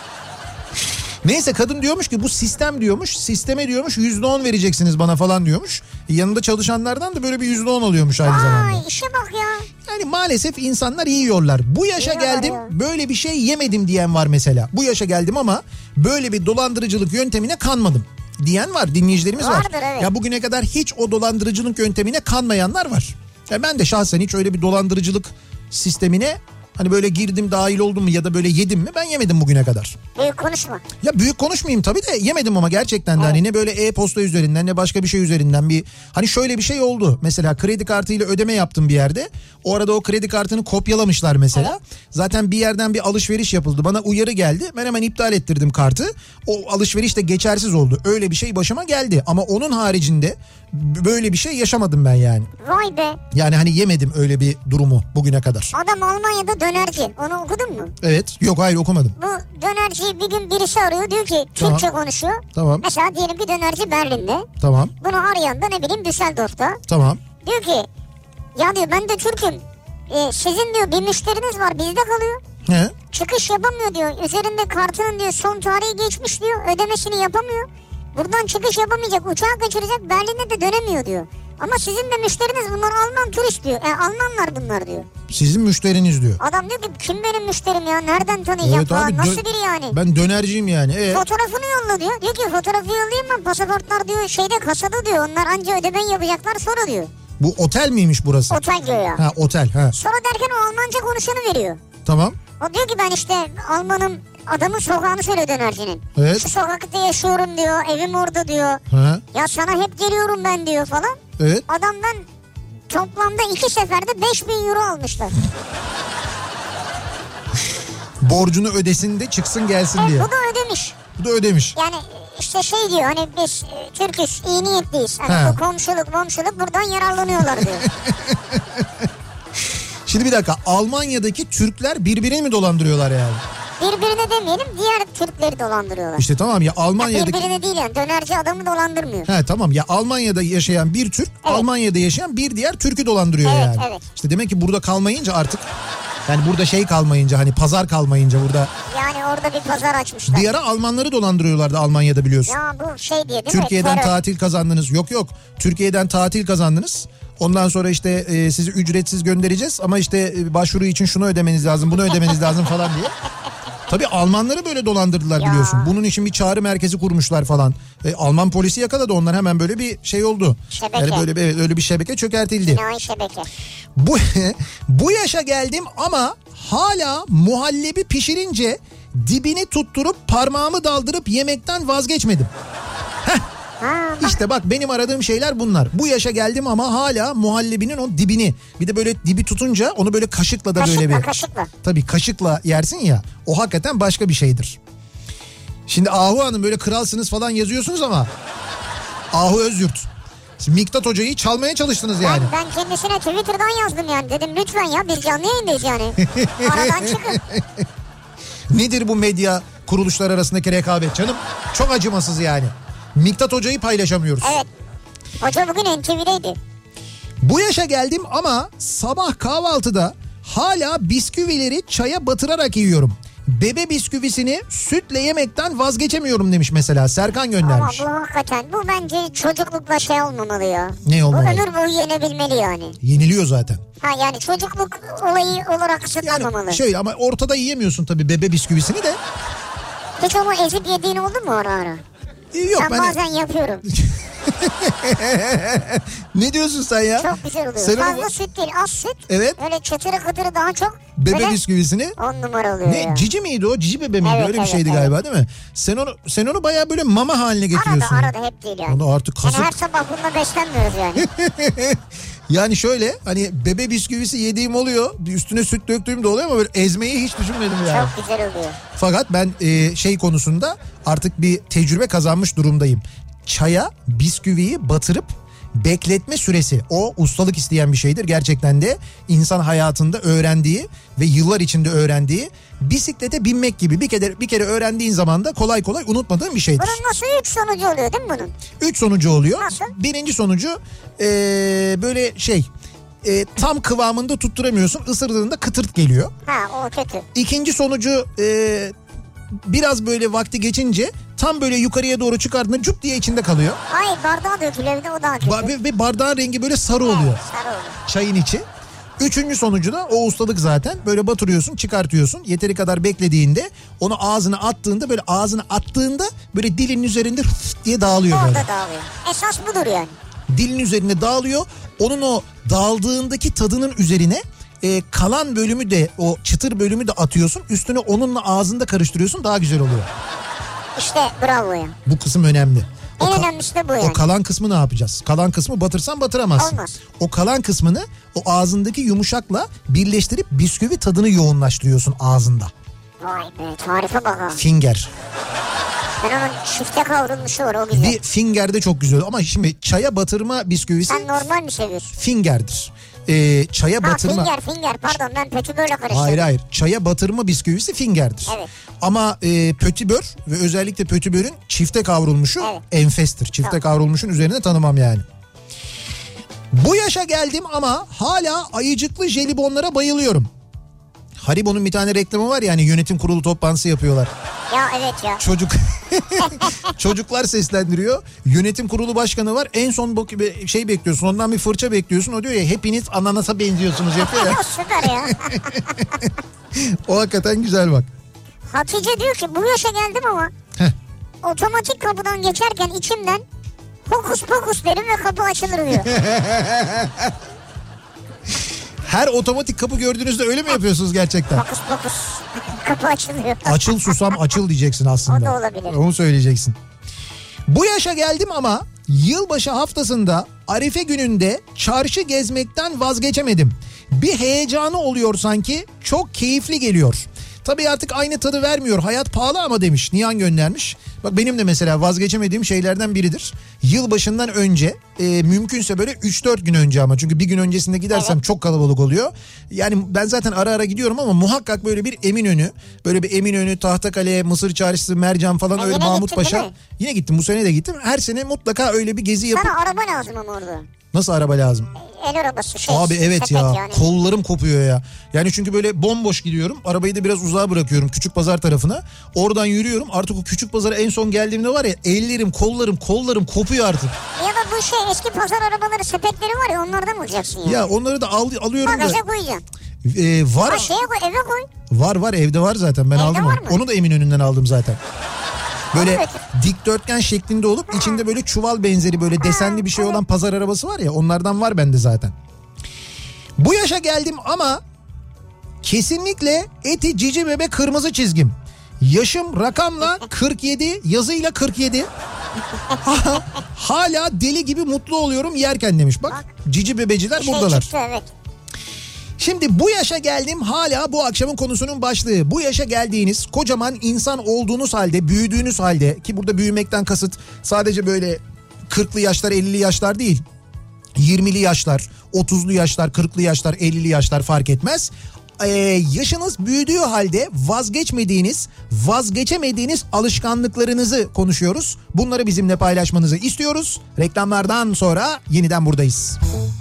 Neyse kadın diyormuş ki bu sistem diyormuş, sisteme diyormuş yüzde on vereceksiniz bana falan diyormuş. Yanında çalışanlardan da böyle bir yüzde on alıyormuş aynı Vay, zamanda. Ay işe bak ya. Yani maalesef insanlar yiyorlar. Bu yaşa Yiyorlar geldim ya. Böyle bir şey yemedim diyen var mesela. Bu yaşa geldim ama böyle bir dolandırıcılık yöntemine kanmadım diyen var, dinleyicilerimiz Vardır, var. Evet. Ya bugüne kadar hiç o dolandırıcılık yöntemine kanmayanlar var. Ya ben de şahsen hiç öyle bir dolandırıcılık sistemine hani böyle girdim, dahil oldum mu ya da böyle yedim mi, ben yemedim bugüne kadar. Büyük konuşma. Ya büyük konuşmayayım tabii de yemedim ama gerçekten de evet. Hani ne böyle e-posta üzerinden ne başka bir şey üzerinden bir hani şöyle bir şey oldu. Mesela kredi kartıyla ödeme yaptım bir yerde. O arada o kredi kartını kopyalamışlar mesela. Evet. Zaten bir yerden bir alışveriş yapıldı. Bana uyarı geldi. Ben hemen iptal ettirdim kartı. O alışveriş de geçersiz oldu. Öyle bir şey başıma geldi. Ama onun haricinde böyle bir şey yaşamadım ben yani. Vay be. Yani hani yemedim öyle bir durumu bugüne kadar. Adam Almanya'da dönerci. Onu okudun mu? Evet. Yok hayır okumadım. Bu dönerciyi bir gün birisi arıyor. Diyor ki tamam. Türkçe konuşuyor. Tamam. Mesela diyelim bir dönerci Berlin'de. Tamam. Bunu arayan da ne bileyim Düsseldorf'ta. Tamam. Diyor ki ya diyor ben de Türk'üm. Ee, sizin diyor bir müşteriniz var bizde kalıyor. He. Çıkış yapamıyor diyor. Üzerinde kartının diyor son tarihi geçmiş diyor. Ödemesini yapamıyor. Buradan çıkış yapamayacak. Uçağı kaçıracak. Berlin'e de dönemiyor diyor. Ama sizin de müşteriniz bunlar Alman turist diyor. E, Almanlar bunlar diyor. Sizin müşteriniz diyor. Adam diyor ki kim benim müşterim ya? Nereden tanıyacağım evet, falan? Abi, Nasıl dö- biri yani? Ben dönerciyim yani. Ee? Fotoğrafını yolla diyor. Diyor ki fotoğrafı yollayayım ben. Pasaportlar diyor şeyde kasada diyor. Onlar anca ödemeyi yapacaklar sonra diyor. Bu otel miymiş burası? Otel diyor ya. Ha otel. Ha. Sonra derken o Almanca konuşanı veriyor. Tamam. O diyor ki ben işte Alman'ın adamın sokağını söylüyor dönercinin. Evet. Şu sokakta yaşıyorum diyor. Evim orada diyor. Ha. Ya sana hep geliyorum ben diyor falan. Evet. Adamdan toplamda iki seferde beş bin euro almışlar. Borcunu ödesin de çıksın gelsin evet, diye. Bu da ödemiş. Bu da ödemiş. Yani işte şey diyor hani biz e, Türk'üz iyi niyetliyiz. Hani bu komşuluk momşuluk buradan yararlanıyorlar diyor. Şimdi bir dakika, Almanya'daki Türkler birbirini mi dolandırıyorlar yani? Birbirini demeyelim, diğer Türkleri dolandırıyorlar. İşte tamam ya, Almanya'daki... Ya birbirini değil yani, dönerci adamı dolandırmıyor. He tamam ya, Almanya'da yaşayan bir Türk, evet. Almanya'da yaşayan bir diğer Türk'ü dolandırıyor evet, yani. Evet. İşte demek ki burada kalmayınca artık, yani burada şey kalmayınca, hani pazar kalmayınca burada. Yani orada bir pazar açmışlar. Bir ara Almanları dolandırıyorlardı Almanya'da, biliyorsun. Ya bu şey diye değil Türkiye'den mi? Terör. tatil kazandınız. Yok yok, Türkiye'den tatil kazandınız. Ondan sonra işte e, sizi ücretsiz göndereceğiz ama işte e, başvuru için şunu ödemeniz lazım, bunu ödemeniz lazım falan diye. Tabii Almanları böyle dolandırdılar ya. Biliyorsun. Bunun için bir çağrı merkezi kurmuşlar falan. E, Alman polisi yakaladı, onlar hemen böyle bir şey oldu. Şebeke. Yani böyle bir, öyle bir şebeke çökertildi. Cinayet şebeke. Bu bu yaşa geldim ama hala muhallebi pişirince dibini tutturup parmağımı daldırıp yemekten vazgeçmedim. Heh. Ha, İşte bak, benim aradığım şeyler bunlar. Bu yaşa geldim ama hala muhallebinin o dibini, bir de böyle dibi tutunca onu böyle kaşıkla da kaşıkla, böyle bir... Kaşıkla Tabii kaşıkla yersin ya, o hakikaten başka bir şeydir. Şimdi Ahu Hanım böyle kralsınız falan yazıyorsunuz ama Ahu Özyurt, şimdi Miktat Hoca'yı çalmaya çalıştınız yani. Ben, ben kendisine Twitter'dan yazdım yani, dedim lütfen ya, bir canlı yayındayız yani. Aradan çıkın. Nedir bu medya kuruluşlar arasındaki rekabet canım? Çok acımasız yani. Miktat Hoca'yı paylaşamıyoruz. Evet. Hoca bugün N T V'deydi. Bu yaşa geldim ama sabah kahvaltıda hala bisküvileri çaya batırarak yiyorum. Bebe bisküvisini sütle yemekten vazgeçemiyorum demiş mesela, Serkan göndermiş. Ama bu hakikaten, bu bence çocuklukla şey olmamalı ya. Ne olmalı? Bu ömür boyu yenebilmeli yani. Yeniliyor zaten. Ha yani çocukluk olayı olarak kısıtlanmamalı. Yani şöyle, ama ortada yiyemiyorsun tabii bebe bisküvisini de. Hiç onu ezip yediğin oldu mu ara ara? Yok, ben, ben bazen yapıyorum. Ne diyorsun sen ya? Çok güzel oluyor. Sen Fazla onu... süt değil, az süt. Evet. Öyle çıtırı kıtırı daha çok. Bebe bisküvisini. On numara oluyor Ne ya. Cici miydi o? Cici bebe miydi? Evet, Öyle evet, bir şeydi evet. galiba, değil mi? Sen onu sen onu bayağı böyle mama haline getiriyorsun. Arada arada, hep değil yani. Onu artık kasıp... Yani her sabah bununla beslenmiyoruz yani. Yani şöyle, hani bebe bisküvisi yediğim oluyor, üstüne süt döktüğüm de oluyor ama böyle ezmeyi hiç düşünmedim yani. Çok güzel oluyor. Fakat ben e, şey konusunda artık bir tecrübe kazanmış durumdayım. Çaya bisküviyi batırıp bekletme süresi, o ustalık isteyen bir şeydir. Gerçekten de insan hayatında öğrendiği ve yıllar içinde öğrendiği, bisiklete binmek gibi bir kere bir kere öğrendiğin zaman da kolay kolay unutmadığın bir şeydir. Bunun nasıl üç sonucu oluyor değil mi bunun? Üç sonucu oluyor. Nasıl? Birinci sonucu e, böyle şey e, tam kıvamında tutturamıyorsun. Isırdığında kıtırt geliyor. Ha, o kötü. İkinci sonucu e, biraz böyle vakti geçince tam böyle yukarıya doğru çıkardığında cüp diye içinde kalıyor. Ay, bardağa dökülüyor, bir de o daha kötü. Ba- ve, ve bardağın rengi böyle sarı oluyor. Evet, sarı oluyor. Çayın içi. Üçüncü sonucu da o ustalık zaten. Böyle batırıyorsun, çıkartıyorsun. Yeteri kadar beklediğinde, onu ağzına attığında, böyle ağzına attığında böyle dilin üzerinde diye dağılıyor Orada böyle. dağılıyor. Esas budur yani. Dilin üzerinde dağılıyor. Onun o dağıldığındaki tadının üzerine e, kalan bölümü de, o çıtır bölümü de atıyorsun. Üstüne onunla ağzında karıştırıyorsun, daha güzel oluyor. İşte bravo ya. Bu kısım önemli. O En ka- önemlisi de bu yani. O kalan kısmı ne yapacağız? Kalan kısmı batırsan batıramazsın. Olmaz. O kalan kısmını o ağzındaki yumuşakla birleştirip bisküvi tadını yoğunlaştırıyorsun ağzında. Vay be, tarife bak ha. Finger. Ben onun çifte kavrulmuşu var, o güzel. Bir finger de çok güzel ama şimdi çaya batırma bisküvisi Sen normal mi seviyorsun? fingerdir. Ee, çaya Ha, batırma... finger finger pardon, ben pötü böyle karıştırdım. Hayır hayır, çaya batırma bisküvisi fingerdir. Evet. Ama e, pötibör ve özellikle pötibörün çifte kavrulmuşu evet. enfestir. Çifte tamam. Kavrulmuşun üzerine tanımam yani. Bu yaşa geldim ama hala ayıcıklı jelibonlara bayılıyorum. Haribo'nun bir tane reklamı var ya, hani yönetim kurulu toplantısı yapıyorlar. Ya evet ya. Çocuk çocuklar seslendiriyor. Yönetim kurulu başkanı var. En son bak şey bekliyorsun. Ondan bir fırça bekliyorsun. O diyor ya, hepiniz ananasa benziyorsunuz yapıyor ya. Süper ya. O hakikaten güzel bak. Hatice diyor ki bu yaşa geldim ama Heh. otomatik kapıdan geçerken içimden hokus pokus derim ve kapı açılır diyor. Her otomatik kapı gördüğünüzde öyle mi yapıyorsunuz gerçekten? Hokus pokus kapı açılıyor. Açıl susam açıl diyeceksin aslında. O da olabilir. Onu söyleyeceksin. Bu yaşa geldim ama yılbaşı haftasında Arife gününde çarşı gezmekten vazgeçemedim. Bir heyecanı oluyor sanki, çok keyifli geliyor. Tabii artık aynı tadı vermiyor. Hayat pahalı ama demiş. Nihan göndermiş. Bak benim de mesela vazgeçemediğim şeylerden biridir. Yılbaşından önce e, mümkünse böyle üç dört gün önce ama. Çünkü bir gün öncesinde gidersem evet. çok kalabalık oluyor. Yani ben zaten ara ara gidiyorum ama muhakkak böyle bir Eminönü. Böyle bir Eminönü, Tahtakale, Mısır Çarşısı, Mercan falan e öyle Mahmut Paşa. Yine gittim, bu sene de gittim. Her sene mutlaka öyle bir gezi yapıp. Sana araba lazım ama orada. Nasıl araba lazım? El arabası şey. Abi evet ya yani. Kollarım kopuyor ya. Yani çünkü böyle bomboş gidiyorum. Arabayı da biraz uzağa bırakıyorum küçük pazar tarafına. Oradan yürüyorum. Artık o küçük pazara en son geldiğimde var ya ellerim kollarım kollarım kopuyor artık. Ya da bu şey eski pazar arabaları sepetleri var ya onlardan alacaksın ya. Ya onları da al, alıyorum Bagaja da. koyacaksın. E, var. Ha şeye koy, eve koy. Var var evde var zaten ben evde aldım onu. Onu da Eminönü'nden aldım zaten. Böyle dikdörtgen şeklinde olup içinde böyle çuval benzeri böyle desenli bir şey olan pazar arabası var ya, onlardan var bende zaten. Bu yaşa geldim ama kesinlikle eti cici bebe kırmızı çizgim. Yaşım rakamla kırk yedi, yazıyla kırk yedi. Hala deli gibi mutlu oluyorum yerken demiş. Bak cici bebeciler şey buradalar. Çıktı, evet. Şimdi bu yaşa geldim hala bu akşamın konusunun başlığı. Bu yaşa geldiğiniz kocaman insan olduğunuz halde, büyüdüğünüz halde, ki burada büyümekten kasıt sadece böyle kırklı yaşlar ellili yaşlar değil. yirmili yaşlar, otuzlu yaşlar, kırklı yaşlar, ellili yaşlar fark etmez. Ee, yaşınız büyüdüğü halde vazgeçmediğiniz, vazgeçemediğiniz alışkanlıklarınızı konuşuyoruz. Bunları bizimle paylaşmanızı istiyoruz. Reklamlardan sonra yeniden buradayız.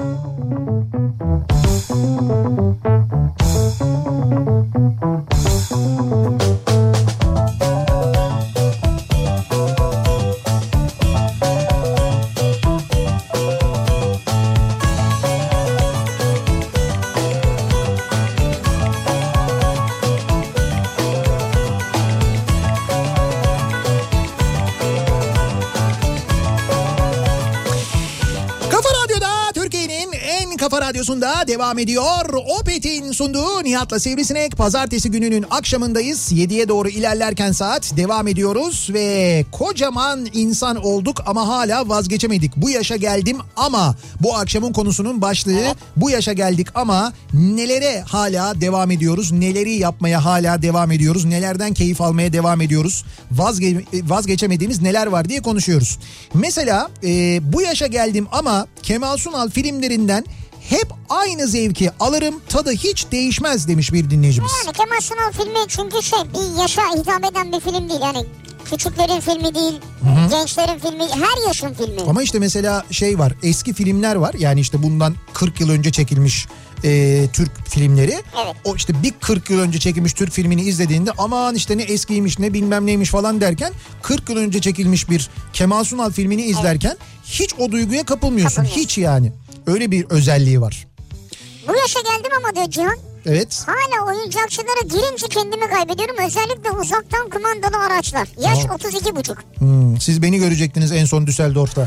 Kafa Radyosu'nda devam ediyor. Opet'in sunduğu Nihat'la Sivrisinek. Pazartesi gününün akşamındayız. yediye doğru ilerlerken saat devam ediyoruz ve kocaman insan olduk ama hala vazgeçemedik. Bu yaşa geldim ama bu akşamın konusunun başlığı evet. Bu yaşa geldik ama nelere hala devam ediyoruz? Neleri yapmaya hala devam ediyoruz? Nelerden keyif almaya devam ediyoruz? Vazge vazgeçemediğimiz neler var diye konuşuyoruz. Mesela e, bu yaşa geldim ama Kemal Sunal filmlerinden hep aynı zevki alırım, tadı hiç değişmez demiş bir dinleyicimiz. Yani Kemal Sunal filmi çünkü şey bir yaşa hitap eden bir film değil. Yani küçüklerin filmi değil, Hı-hı. gençlerin filmi, her yaşın filmi. Ama işte mesela şey var, eski filmler var. Yani işte bundan kırk yıl önce çekilmiş e, Türk filmleri. Evet. O işte bir kırk yıl önce çekilmiş Türk filmini izlediğinde aman işte ne eskiymiş ne bilmem neymiş falan derken kırk yıl önce çekilmiş bir Kemal Sunal filmini izlerken evet. hiç o duyguya kapılmıyorsun. Hiç yani. Öyle bir özelliği var. Bu yaşa geldim ama diyor Cihan. Evet. Hala oyuncakçılara girince kendimi kaybediyorum. Özellikle uzaktan kumandalı araçlar. Yaş Aa. otuz iki buçuk. Hmm, siz beni görecektiniz en son Düsseldorf'ta.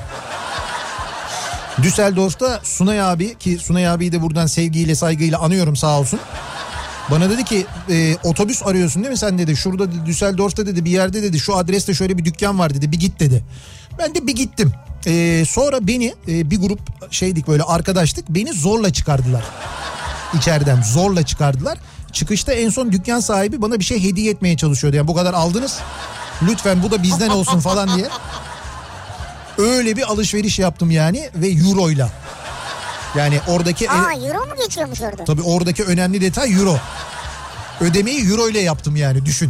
Düsseldorf'ta Sunay abi, ki Sunay abiyi de buradan sevgiyle saygıyla anıyorum sağ olsun. Bana dedi ki e, otobüs arıyorsun değil mi sen dedi. Şurada dedi, Düsseldorf'ta dedi bir yerde dedi şu adreste şöyle bir dükkan var dedi, bir git dedi. Ben de bir gittim. Ee, sonra beni e, bir grup şeydik böyle arkadaştık, beni zorla çıkardılar. İçeriden zorla çıkardılar. Çıkışta en son dükkan sahibi bana bir şey hediye etmeye çalışıyordu. Yani bu kadar aldınız lütfen bu da bizden olsun falan diye. Öyle bir alışveriş yaptım yani ve euroyla. Yani oradaki... Aa euro mu geçiyormuş orada? Tabii oradaki önemli detay euro. Ödemeyi euro ile yaptım yani düşün.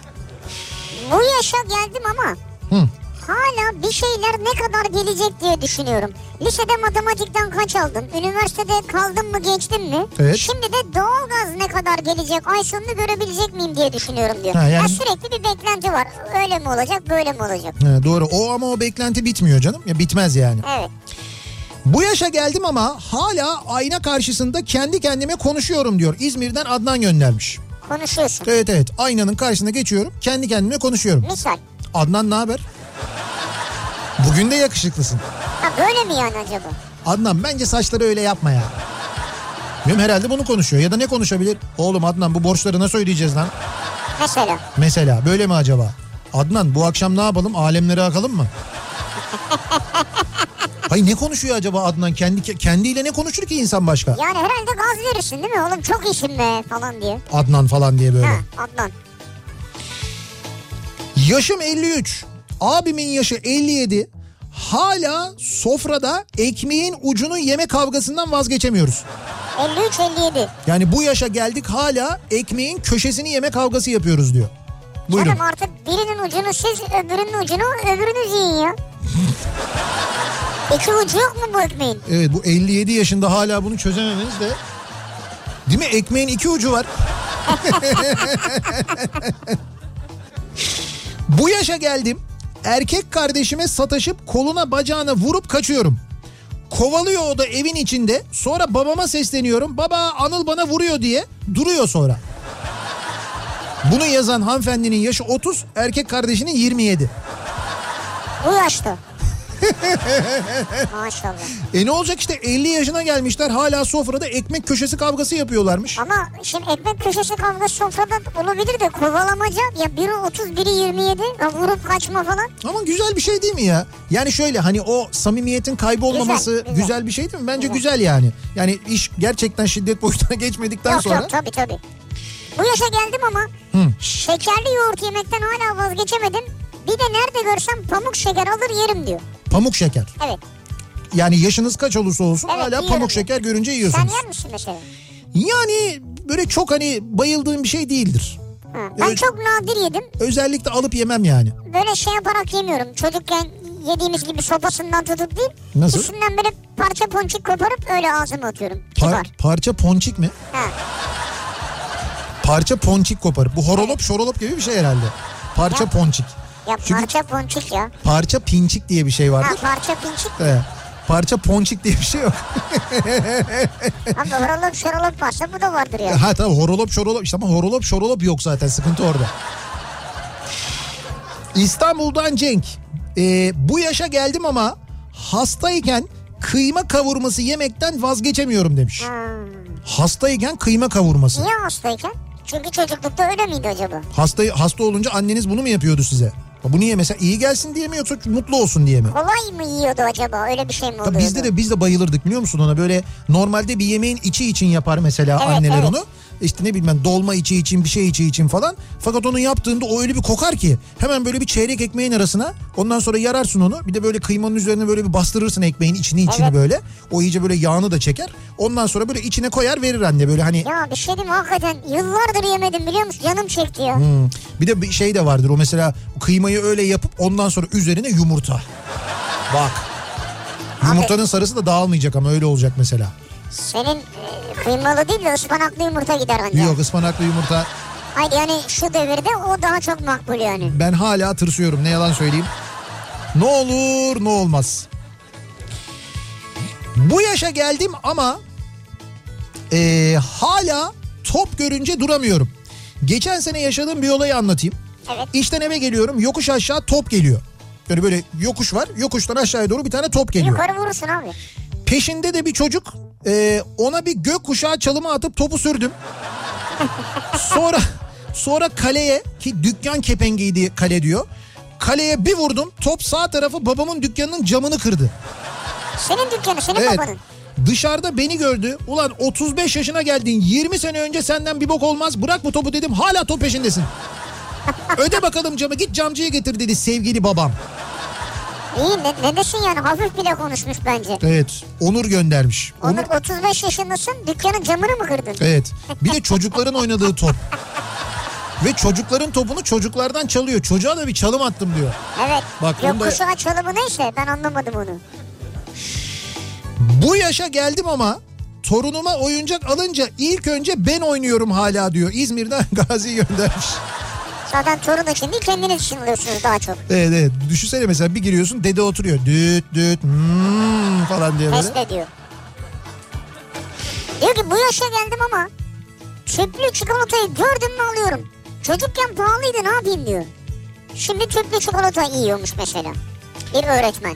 Bu yaşa geldim ama... Hı. Hala bir şeyler ne kadar gelecek diye düşünüyorum. Lisede matematikten kaç aldın? Üniversitede kaldın mı, geçtin mi? Evet. Şimdi de doğalgaz ne kadar gelecek? Ay sonunu görebilecek miyim diye düşünüyorum diyor. Ha, yani... ya sürekli bir beklenti var. Öyle mi olacak, böyle mi olacak? Ha, doğru. O ama o beklenti bitmiyor canım. Ya bitmez yani. Evet. Bu yaşa geldim ama hala ayna karşısında kendi kendime konuşuyorum diyor. İzmir'den Adnan göndermiş. Konuşuyorsun. Evet evet. Aynanın karşısına geçiyorum. Kendi kendime konuşuyorum. Misal. Adnan ne haber? Bugün de yakışıklısın. Ha böyle mi yani acaba? Adnan bence saçları öyle yapma ya. Bilmiyorum, herhalde bunu konuşuyor. Ya da ne konuşabilir? Oğlum Adnan bu borçları nasıl ödeyeceğiz lan? Mesela. Mesela böyle mi acaba? Adnan bu akşam ne yapalım? Alemlere akalım mı? Hayır ne konuşuyor acaba Adnan? Kendi kendiyle ne konuşur ki insan başka? Yani herhalde gaz verirsin değil mi? Oğlum çok işim be falan diye. Adnan falan diye böyle. Ha, Adnan. Yaşım elli üç. Abimin yaşı elli yedi. Hala sofrada ekmeğin ucunu yeme kavgasından vazgeçemiyoruz. elli üç elli yedi. Yani bu yaşa geldik hala ekmeğin köşesini yeme kavgası yapıyoruz diyor. Buyurun. Canım artık birinin ucunu siz, öbürünün ucunu öbürünüz yiyin ya. İki ucu yok mu bu ekmeğin? Evet, bu elli yedi yaşında hala bunu çözememeniz de... Değil mi? Ekmeğin iki ucu var. Bu yaşa geldim. Erkek kardeşime sataşıp koluna bacağına vurup kaçıyorum. Kovalıyor o da evin içinde. Sonra babama sesleniyorum. Baba Anıl bana vuruyor diye duruyor sonra. Bunu yazan hanımefendinin yaşı otuz, erkek kardeşinin yirmi yedi. Bu yaşta. Maşallah. E ne olacak işte elli yaşına gelmişler hala sofrada ekmek köşesi kavgası yapıyorlarmış. Ama şimdi ekmek köşesi kavgası sofrada olabilir de kovalamaca ya biri otuz biri yirmi yedi ya vurup kaçma falan. Ama güzel bir şey değil mi ya? Yani şöyle hani o samimiyetin kaybolmaması güzel, güzel. güzel bir şey değil mi? Bence Güzel. güzel yani. Yani iş gerçekten şiddet boyutuna geçmedikten yok, sonra. Yok yok tabii tabii. Bu yaşa geldim ama Hı. şekerli yoğurt yemekten hala vazgeçemedim. Bir de nerede görsem pamuk şeker alır yerim diyor. Pamuk şeker. Evet. Yani yaşınız kaç olursa olsun Evet, hala yiyorum pamuk ya. şeker görünce yiyorsunuz. Sen yer misin mesela? Yani böyle çok hani bayıldığım bir şey değildir. Ha, ben Ö- çok nadir yedim. Özellikle alıp yemem yani. Böyle şey yaparak yemiyorum. Çocukken yediğimiz gibi sopasından tutup değil. Nasıl? Üstünden böyle parça ponçik koparıp öyle ağzıma atıyorum. Par- Kibar. parça ponçik mi? Ha. Parça ponçik koparıp. Bu horolop şorolop gibi bir şey herhalde. Parça Ya. ponçik. Ya Çünkü parça ponçik ya. parça pinçik diye bir şey Ha, vardır. parça pinçik. Evet. Parça ponçik diye bir şey yok. Abi horolop şorolop varsa bu da vardır ya. Ha tamam horolop şorolop işte ama horolop şorolop yok zaten sıkıntı orada. İstanbul'dan Cenk. Ee, bu yaşa geldim ama hastayken kıyma kavurması yemekten vazgeçemiyorum demiş. Hmm. Hastayken kıyma kavurması. Niye hastayken? Çünkü çocuklukta öyle miydi acaba? Hasta, hasta olunca anneniz bunu mu yapıyordu size? Bu niye mesela iyi gelsin diye mi yoksa mutlu olsun diye mi? Kolay mı yiyordu acaba? Öyle bir şey mi oluyordu? Bizde de biz de bayılırdık biliyor musun ona, böyle normalde bir yemeğin içi için yapar mesela Evet, anneler evet. onu. İşte ne bileyim ben dolma içi için bir şey içi için falan. Fakat onu yaptığında o öyle bir kokar ki hemen böyle bir çeyrek ekmeğin arasına ondan sonra yararsın onu. Bir de böyle kıymanın üzerine böyle bir bastırırsın ekmeğin içini içini Evet. böyle. O iyice böyle yağını da çeker. Ondan sonra böyle içine koyar verir anne böyle hani. Ya bir şey diyeyim mi? Hakikaten yıllardır yemedim biliyor musun? Canım çekti ya. Hmm. Bir de bir şey de vardır o mesela kıymayı öyle yapıp ondan sonra üzerine yumurta. Bak. Yumurtanın sarısı da dağılmayacak ama öyle olacak mesela. Senin e, kıymalı değil de ıspanaklı yumurta gider anca. Yok ıspanaklı yumurta. Hayır yani şu devirde o daha çok makbul yani. Ben hala tırsıyorum ne yalan söyleyeyim. Ne olur ne olmaz. Bu yaşa geldim ama e, hala top görünce duramıyorum. Geçen sene yaşadığım bir olayı anlatayım. Evet. İşten eve geliyorum yokuş aşağı top geliyor. Yani böyle yokuş var yokuştan aşağıya doğru bir tane top geliyor. Yukarı vurursun abi. Peşinde de bir çocuk e, ona bir gökkuşağı çalımı atıp topu sürdüm. Sonra sonra kaleye ki dükkan kepengiydi kale diyor. Kaleye bir vurdum top sağ tarafı babamın dükkanının camını kırdı. Senin dükkanı senin Evet. babanın. Dışarıda beni gördü. Ulan otuz beş yaşına geldin yirmi sene önce senden bir bok olmaz bırak bu topu dedim hala top peşindesin. Öde bakalım camı git camcıyı getir dedi sevgili babam. İyi ne, ne desin yani hafif bile konuşmuş bence. Evet Onur göndermiş. Onur Onur, otuz beş yaşındasın dükkanın camını mı kırdın? evet bir de çocukların oynadığı top. Ve çocukların topunu çocuklardan çalıyor. Çocuğa da bir çalım attım diyor. Evet. Bak, onda- Yokkuşağı çalımı neyse ben anlamadım onu. Bu yaşa geldim ama torunuma oyuncak alınca ilk önce ben oynuyorum hala diyor. İzmir'den Gazi göndermiş. Zaten torun için değil kendiniz için alıyorsunuz daha çok. Evet evet. Düşünsene mesela bir giriyorsun dede oturuyor. Düt düt hmm falan diye böyle. Test ediyor. Diyor ki bu yaşa geldim ama tüplü çikolatayı gördüm mü alıyorum. Çocukken pahalıydı ne yapayım diyor. Şimdi tüplü çikolata yiyormuş mesela. Bir öğretmen.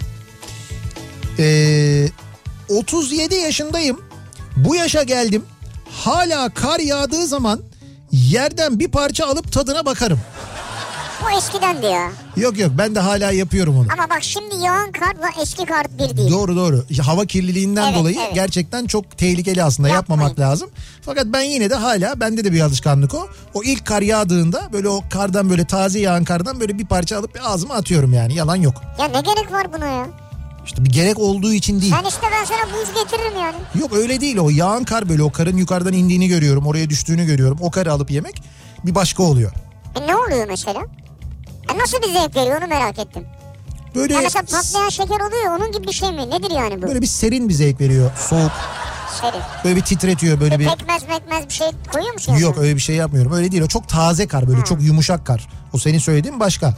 Ee, otuz yedi yaşındayım. Bu yaşa geldim. Hala kar yağdığı zaman yerden bir parça alıp tadına bakarım. O eskidendi ya. Yok yok ben de hala yapıyorum onu. Ama bak şimdi yağan kartla eski kart bir değil. Doğru doğru. Hava kirliliğinden Evet, dolayı evet. gerçekten çok tehlikeli aslında. Yapmayın. Yapmamak lazım. Fakat ben yine de hala bende de bir alışkanlık o. O ilk kar yağdığında böyle o kardan böyle taze yağan kardan böyle bir parça alıp bir ağzıma atıyorum yani. Yalan yok. Ya ne gerek var buna ya? İşte bir gerek olduğu için değil. Sen işte ben sana buz getiririm yani. Yok öyle değil, o yağan kar böyle o karın yukarıdan indiğini görüyorum. Oraya düştüğünü görüyorum. O karı alıp yemek bir başka oluyor. E ne oluyor mesela? E nasıl bir zevk veriyor onu merak ettim. Böyle Ya mesela patlayan şeker oluyor onun gibi bir şey mi? Nedir yani bu? böyle bir serin bir zevk veriyor. Soğuk. Serin. Böyle bir titretiyor böyle E bir. pekmez mekmez bir şey koyuyor musun? Yok öyle bir şey yapmıyorum. Öyle değil, o çok taze kar böyle, Ha. çok yumuşak kar. O senin söylediğin başka.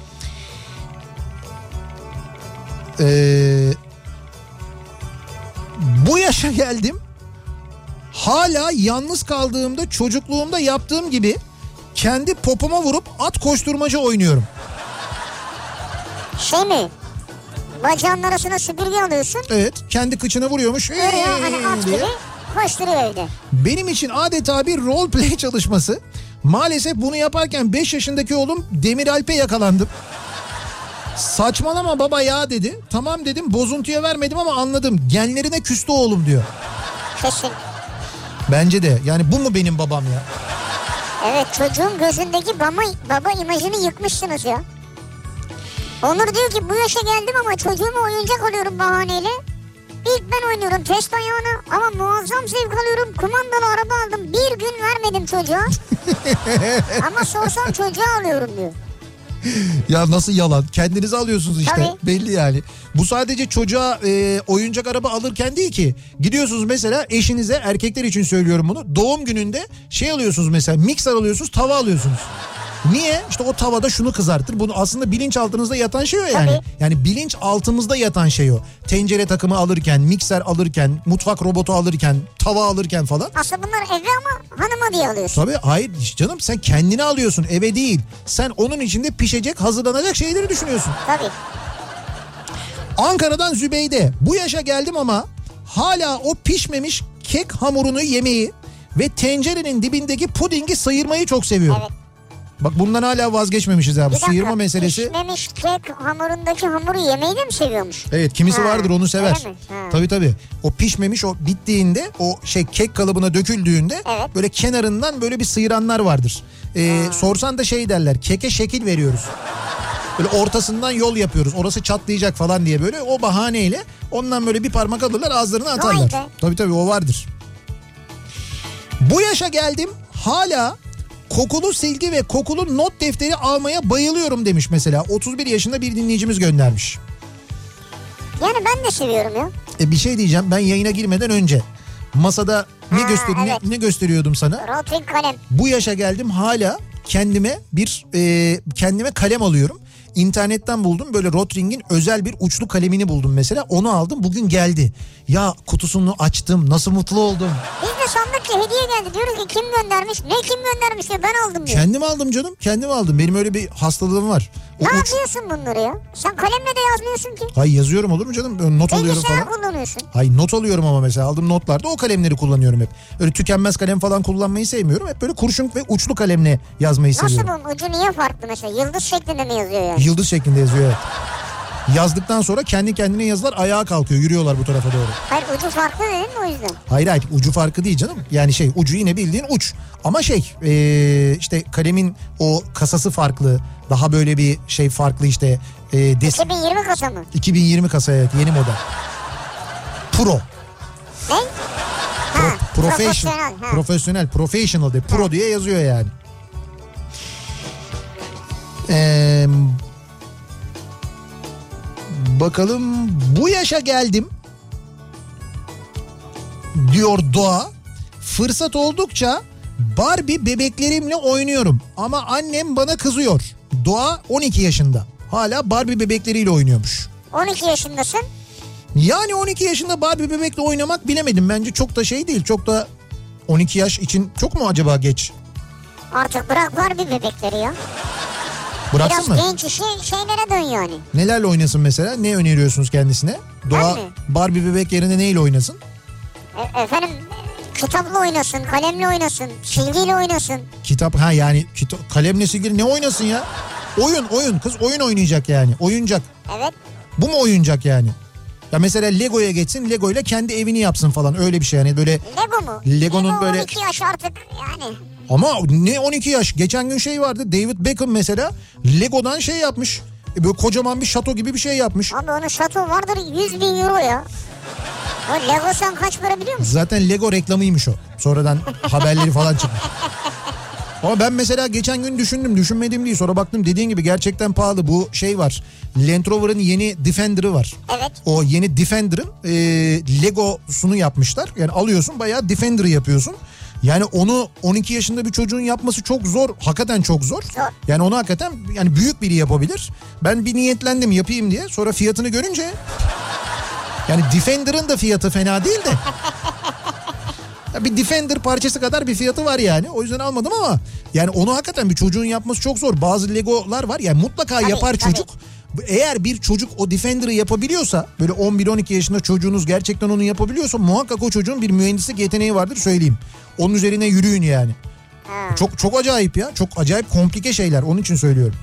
Ee, bu yaşa geldim. Hala yalnız kaldığımda çocukluğumda yaptığım gibi kendi popoma vurup at koşturmaca oynuyorum. Şey mi? Bacağının arasına süpürge alıyorsun. Evet, kendi kıçına vuruyormuş. Vuruyor hani at diye. gibi koşturuyor evde. Benim için adeta bir role play çalışması. Maalesef bunu yaparken beş yaşındaki oğlum Demir Alp'e yakalandım. Saçmalama baba ya dedi. Tamam dedim, bozuntuya vermedim ama anladım. Genlerine küstü oğlum diyor. Kesin. Bence de yani bu mu benim babam ya? Evet çocuğun gözündeki baba, baba imajını yıkmışsınız ya. Onur diyor ki bu yaşa geldim ama çocuğuma oyuncak alıyorum bahaneyle. İlk ben oynuyorum test ayağını ama muazzam zevk alıyorum. Kumandalı araba aldım. Bir gün vermedim çocuğa. Ama sorsam çocuğa alıyorum diyor. Ya nasıl yalan? Kendinizi alıyorsunuz işte. Tabii. Belli yani. Bu sadece çocuğa e, oyuncak araba alırken değil ki. Gidiyorsunuz mesela eşinize, erkekler için söylüyorum bunu. Doğum gününde şey alıyorsunuz mesela, mikser alıyorsunuz, tava alıyorsunuz. Niye? İşte o tavada şunu kızartır. Bunu aslında bilinçaltınızda yatan şey o yani. Tabii. Yani bilinç altımızda yatan şey o. Tencere takımı alırken, mikser alırken, mutfak robotu alırken, tava alırken falan. Aslında bunlar eve ama hanıma diye alıyorsun. Tabii hayır canım, sen kendini alıyorsun, eve değil. Sen onun içinde pişecek, hazırlanacak şeyleri düşünüyorsun. Tabii. Ankara'dan Zübeyde. Bu yaşa geldim ama hala o pişmemiş kek hamurunu yemeyi ve tencerenin dibindeki pudingi sıyırmayı çok seviyorum. Evet. Bak bundan hala vazgeçmemişiz abi. Bir dakika, Sıyırma meselesi. pişmemiş kek hamurundaki hamuru yemeyi de mi seviyormuş? Evet, kimisi Ha, vardır onu sever. öyle mi? Ha. Tabii tabii. O pişmemiş, o bittiğinde, o şey kek kalıbına döküldüğünde Evet. böyle kenarından böyle bir sıyıranlar vardır. Ee, sorsan da şey derler, keke şekil veriyoruz. Böyle ortasından yol yapıyoruz. Orası çatlayacak falan diye böyle o bahaneyle ondan böyle bir parmak alırlar, ağızlarına atarlar. Vay be. Tabii tabii o vardır. Bu yaşa geldim hala kokulu silgi ve kokulu not defteri almaya bayılıyorum demiş mesela. otuz bir yaşında bir dinleyicimiz göndermiş. Yani ben de seviyorum ya. E bir şey diyeceğim, ben yayına girmeden önce masada ne, Ha, göster evet. ne, ne gösteriyordum sana? Rotring kalem. Bu yaşa geldim hala kendime bir e, kendime kalem alıyorum. İnternetten buldum, böyle Rotring'in özel bir uçlu kalemini buldum mesela, onu aldım, bugün geldi. Ya kutusunu açtım, nasıl mutlu oldum. Biz de sandık ki hediye geldi. Diyoruz ki kim göndermiş? Ne kim göndermiş diyor. Ben aldım diyor. Kendim aldım canım, kendim aldım, benim öyle bir hastalığım var. O Ne uç... yapıyorsun bunları ya? Sen kalemle de yazmıyorsun ki. Hay yazıyorum, olur mu canım, not alıyorum Bilgisayar falan. kullanıyorsun. Hay not alıyorum ama mesela aldığım notlarda o kalemleri kullanıyorum hep. Öyle tükenmez kalem falan kullanmayı sevmiyorum. Hep böyle kurşun ve uçlu kalemle yazmayı Nasıl seviyorum. bunun ucu niye farklı mesela? Yıldız şeklinde mi yazıyor yani? Yıldız şeklinde yazıyor, evet. Yazdıktan sonra kendi kendine yazılar ayağa kalkıyor, yürüyorlar bu tarafa doğru. Hayır ucu farklı dedin mi o yüzden? Hayır hayır, ucu farkı değil canım. Yani şey, ucu yine bildiğin uç. Ama şey ee, işte kalemin o kasası farklı. Daha böyle bir şey farklı işte. E, des- iki bin yirmi kasa mı? iki bin yirmi kasa, evet, yeni model. Pro. Ne? Pro, Ha, professional. profesyonel. Ha. Profesyonel. Professional de. Pro diye yazıyor yani. Eee... Bakalım, bu yaşa geldim diyor Doğa. Fırsat oldukça Barbie bebeklerimle oynuyorum ama annem bana kızıyor. Doğa on iki yaşında. Hala Barbie bebekleriyle oynuyormuş. on iki yaşındasın. Yani on iki yaşında Barbie bebekle oynamak, bilemedim. Bence çok da şey değil. Çok da on iki yaş için çok mu acaba geç? Artık bırak var bir bebekleri ya. Bıraksın Biraz mı? genç işi şeylere dön yani. Nelerle oynasın mesela? Ne öneriyorsunuz kendisine? Doğa mi? Barbie bebek yerine neyle oynasın? E, efendim kitapla oynasın, kalemle oynasın, silgiyle oynasın. Kitap, ha yani kita- kalemle silgili ne oynasın ya? Oyun oyun kız oyun oynayacak yani. Oyuncak. Evet. Bu mu oyuncak yani? Ya mesela Lego'ya geçsin, Lego ile kendi evini yapsın falan, öyle bir şey yani böyle. Lego mu? Lego'nun Lego böyle. on iki yaş artık yani. Ama ne on iki yaş? Geçen gün şey vardı, David Beckham mesela Lego'dan şey yapmış. Böyle kocaman bir şato gibi bir şey yapmış. Abi onun şato vardır yüz bin euro ya. O Lego sen kaç para biliyor musun? Zaten Lego reklamıymış o. Sonradan haberleri falan çıkmış. Ama ben mesela geçen gün düşündüm, düşünmedim değil. Sonra baktım, dediğin gibi gerçekten pahalı. Bu şey var, Land Rover'ın yeni Defender'ı var. Evet. O yeni Defender'ın e, Legosunu yapmışlar. Yani alıyorsun, bayağı Defender'ı yapıyorsun. Yani onu on iki yaşında bir çocuğun yapması çok zor. Hakikaten çok zor. Zor. Yani onu hakikaten yani büyük biri yapabilir. Ben bir niyetlendim yapayım diye. Sonra fiyatını görünce, yani Defender'ın da fiyatı fena değil de. Bir Defender parçası kadar bir fiyatı var yani. O yüzden almadım ama yani onu hakikaten bir çocuğun yapması çok zor. Bazı Legolar var yani, mutlaka tabii, yapar tabii. çocuk. Eğer bir çocuk o Defender'ı yapabiliyorsa, böyle on bir on iki yaşında çocuğunuz gerçekten onu yapabiliyorsa, muhakkak o çocuğun bir mühendislik yeteneği vardır, söyleyeyim. Onun üzerine yürüyün yani. Ha. Çok çok acayip ya. Çok acayip komplike şeyler, onun için söylüyorum.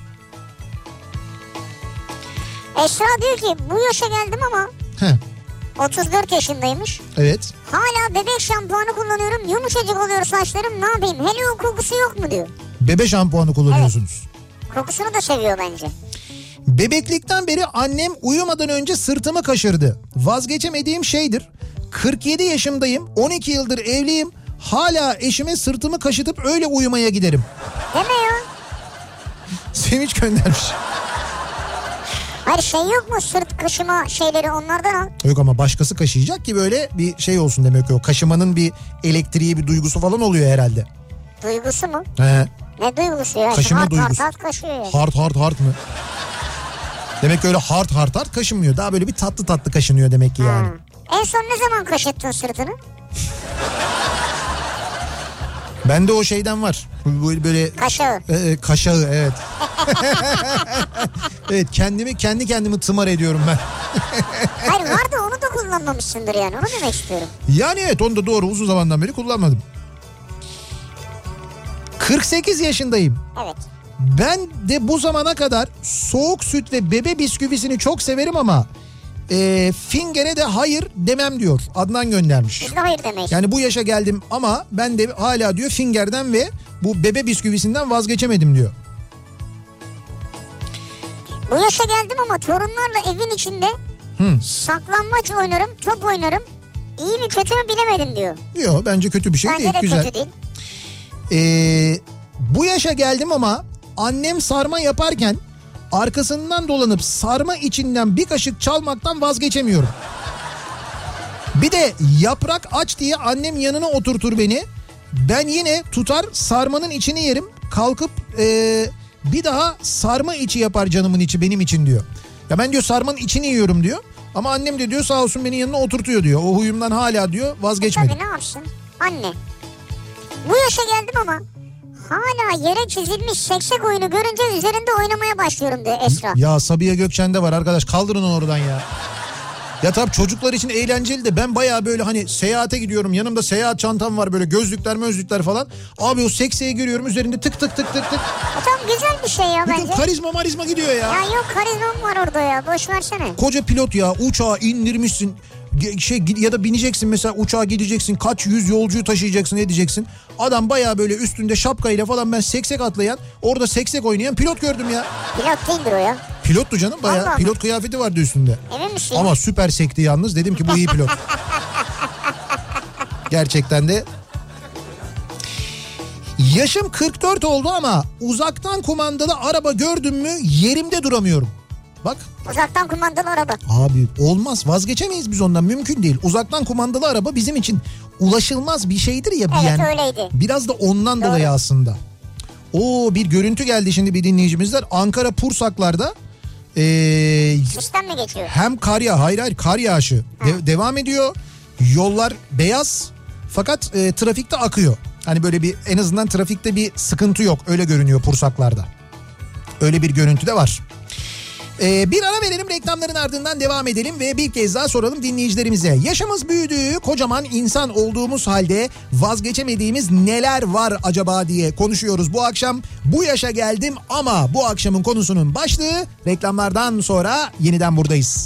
Esra diyor ki bu yaşa geldim ama Heh, otuz dört yaşındaymış. evet. Hala bebek şampuanı kullanıyorum. Yumuşacık oluyor saçlarım, ne yapayım? Helio kokusu yok mu diyor. Bebe şampuanı kullanıyorsunuz. Kokusunu da seviyor bence. Bebeklikten beri annem uyumadan önce sırtımı kaşırdı. Vazgeçemediğim şeydir. kırk yedi yaşımdayım, on iki yıldır evliyim. Hala eşime sırtımı kaşıtıp öyle uyumaya giderim. Deme ya. Sevinç göndermiş. Hayır, şey yok mu sırt kaşıma şeyleri, onlardan al. Yok ama başkası kaşıyacak ki böyle bir şey olsun demek ki o. Kaşımanın bir elektriği, bir duygusu falan oluyor herhalde. Duygusu mu? He. Ne duygusu ya? Kaşıma hard, duygusu. Hard hard kaşıyor ya. Hard hard hard mı? Demek ki öyle hard hard hard kaşınmıyor. Daha böyle bir tatlı tatlı kaşınıyor demek ki yani. Ha. En son ne zaman kaşıttın sırtını? Bende o şeyden var. Böyle, böyle Kaşağı. E, kaşağı, evet. Evet, kendimi kendi kendimi tımar ediyorum ben. Hayır, var da onu da kullanmamışsındır yani, onu demek istiyorum. Yani evet, onu da doğru, uzun zamandan beri kullanmadım. kırk sekiz yaşındayım. Evet. Ben de bu zamana kadar soğuk süt ve bebe bisküvisini çok severim ama e, Finger'e de hayır demem diyor. Adnan göndermiş. Biz de hayır demeyiz. Yani bu yaşa geldim ama ben de hala diyor Finger'den ve bu bebe bisküvisinden vazgeçemedim diyor. Bu yaşa geldim ama torunlarla evin içinde Hı. saklambaç oynarım, top oynarım. İyi mi kötü mü bilemedim diyor. Yok, bence kötü bir şey Bence değil. de Güzel. kötü değil. Ee, bu yaşa geldim ama annem sarma yaparken arkasından dolanıp sarma içinden bir kaşık çalmaktan vazgeçemiyorum. Bir de yaprak aç diye annem yanına oturtur beni. Ben yine tutar sarmanın içini yerim. Kalkıp ee, bir daha sarma içi yapar canımın içi benim için diyor. Ya ben diyor sarmanın içini yiyorum diyor. Ama annem de diyor sağ olsun beni yanına oturtuyor diyor. O huyumdan hala diyor vazgeçmedim. Tabii, ne yapsın? Anne. Bu yaşa geldim ama hala yere çizilmiş seksek oyunu görünce üzerinde oynamaya başlıyorum diyor Esra. Ya Sabiha Gökçen'de var arkadaş, kaldırın onu oradan ya. Ya tabii çocuklar için eğlenceli de ben bayağı böyle hani seyahate gidiyorum, yanımda seyahat çantam var, böyle gözlükler mözlükler falan. Abi o sekseyi görüyorum, üzerinde tık tık tık tık tık. O tam güzel bir şey ya Bütün bence. karizma marizma gidiyor ya. Ya yok, karizmam var orada ya, boş versene. Koca pilot ya, uçağı indirmişsin. Şey ya da bineceksin mesela, uçağa gideceksin, kaç yüz yolcuyu taşıyacaksın, ne diyeceksin? Adam bayağı böyle üstünde şapkayla falan, ben seksek atlayan, orada seksek oynayan pilot gördüm ya. Pilot değildir o ya. Pilottu canım, bayağı Allah pilot kıyafeti vardı üstünde. Emin misin? Ama süper sekti yalnız, dedim ki bu iyi pilot. Gerçekten de. Yaşım kırk dört oldu ama uzaktan kumandalı araba gördüm mü yerimde duramıyorum. Bak. Uzaktan kumandalı araba. Abi olmaz, vazgeçemeyiz biz ondan, mümkün değil. Uzaktan kumandalı araba bizim için ulaşılmaz bir şeydir ya. Evet, yani, öyleydi. biraz da ondan Doğru. dolayı aslında. Oo, bir görüntü geldi şimdi bir dinleyicimizden. Ankara Pursaklar'da ee, Sistem mi geçiyor? hem kar yağ, hayır hayır kar yağışı de- devam ediyor. Yollar beyaz fakat e, trafikte akıyor. Hani böyle bir, en azından trafikte bir sıkıntı yok, öyle görünüyor Pursaklar'da. Öyle bir görüntü de var. Ee, bir ara verelim, reklamların ardından devam edelim ve bir kez daha soralım dinleyicilerimize. Yaşımız büyüdüğü, kocaman insan olduğumuz halde vazgeçemediğimiz neler var acaba diye konuşuyoruz bu akşam. Bu yaşa geldim ama bu akşamın konusunun başlığı. Reklamlardan sonra yeniden buradayız.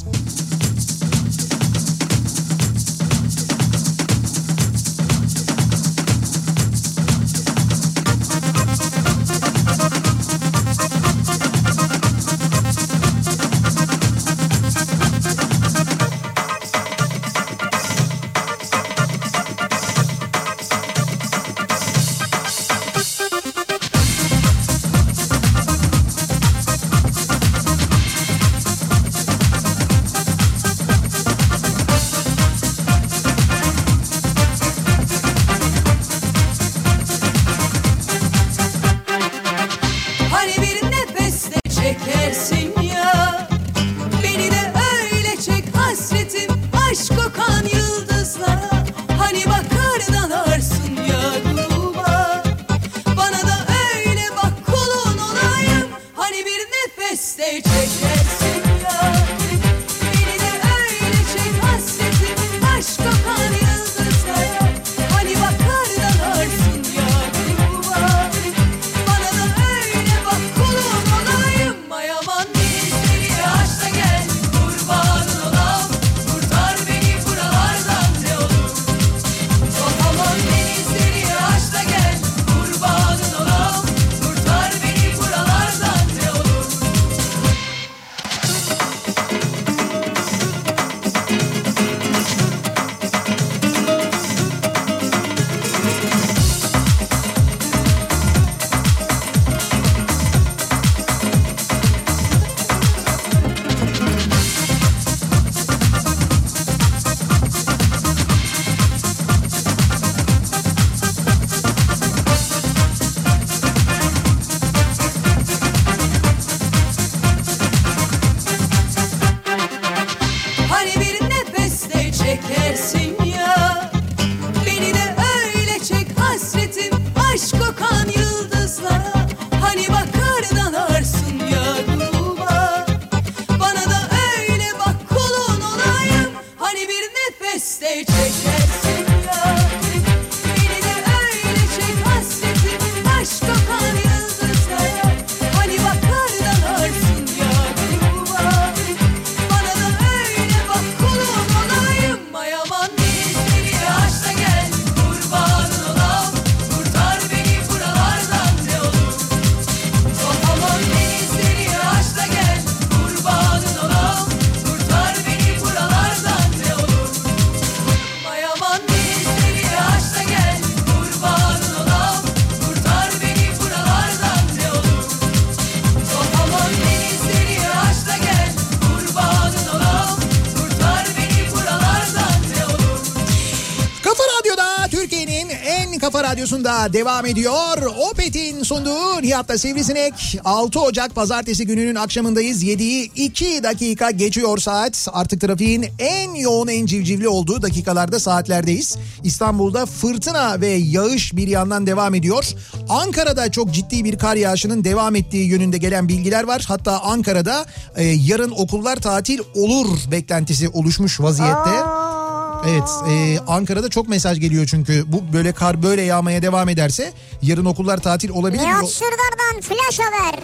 Radyosu'nda devam ediyor. Opet'in sunduğu Nihat'la Sivrisinek. altı Ocak Pazartesi gününün akşamındayız. yediyi iki dakika geçiyor saat. Artık trafiğin en yoğun, en civcivli olduğu dakikalarda, saatlerdeyiz. İstanbul'da fırtına ve yağış bir yandan devam ediyor. Ankara'da çok ciddi bir kar yağışının devam ettiği yönünde gelen bilgiler var. Hatta Ankara'da e, yarın okullar tatil olur beklentisi oluşmuş vaziyette. Evet, e, Ankara'da çok mesaj geliyor çünkü bu böyle kar böyle yağmaya devam ederse yarın okullar tatil olabilir. Nihat Sırdar'dan flash haber.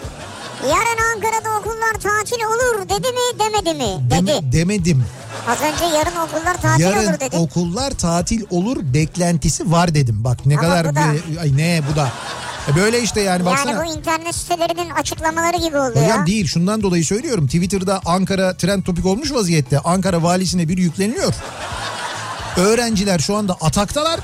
Yarın Ankara'da okullar tatil olur dedi mi demedi mi? Dedi. Dem- demedim. Az önce yarın okullar tatil yarın olur dedi. Yarın okullar tatil olur beklentisi var dedim. Bak ne Ama kadar bu bir, ay ne bu da. Böyle işte yani baksana. Yani bu internet sitelerinin açıklamaları gibi oluyor. Hocam değil, şundan dolayı söylüyorum. Twitter'da Ankara trend topik olmuş vaziyette. Ankara valisine bir yükleniliyor. Öğrenciler şu anda ataktalar.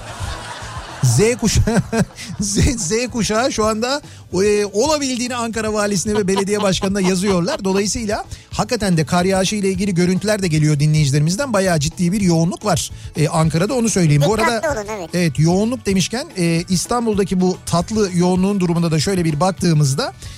Z kuşağı Z, Z kuşağı şu anda e, olabildiğini Ankara valisine ve belediye başkanına yazıyorlar. Dolayısıyla hakikaten de kar yağışı ile ilgili görüntüler de geliyor dinleyicilerimizden. Bayağı ciddi bir yoğunluk var e, Ankara'da, onu söyleyeyim. Dikkatli bu arada olun, evet. Evet, yoğunluk demişken e, İstanbul'daki bu tatlı yoğunluğun durumunda da şöyle bir baktığımızda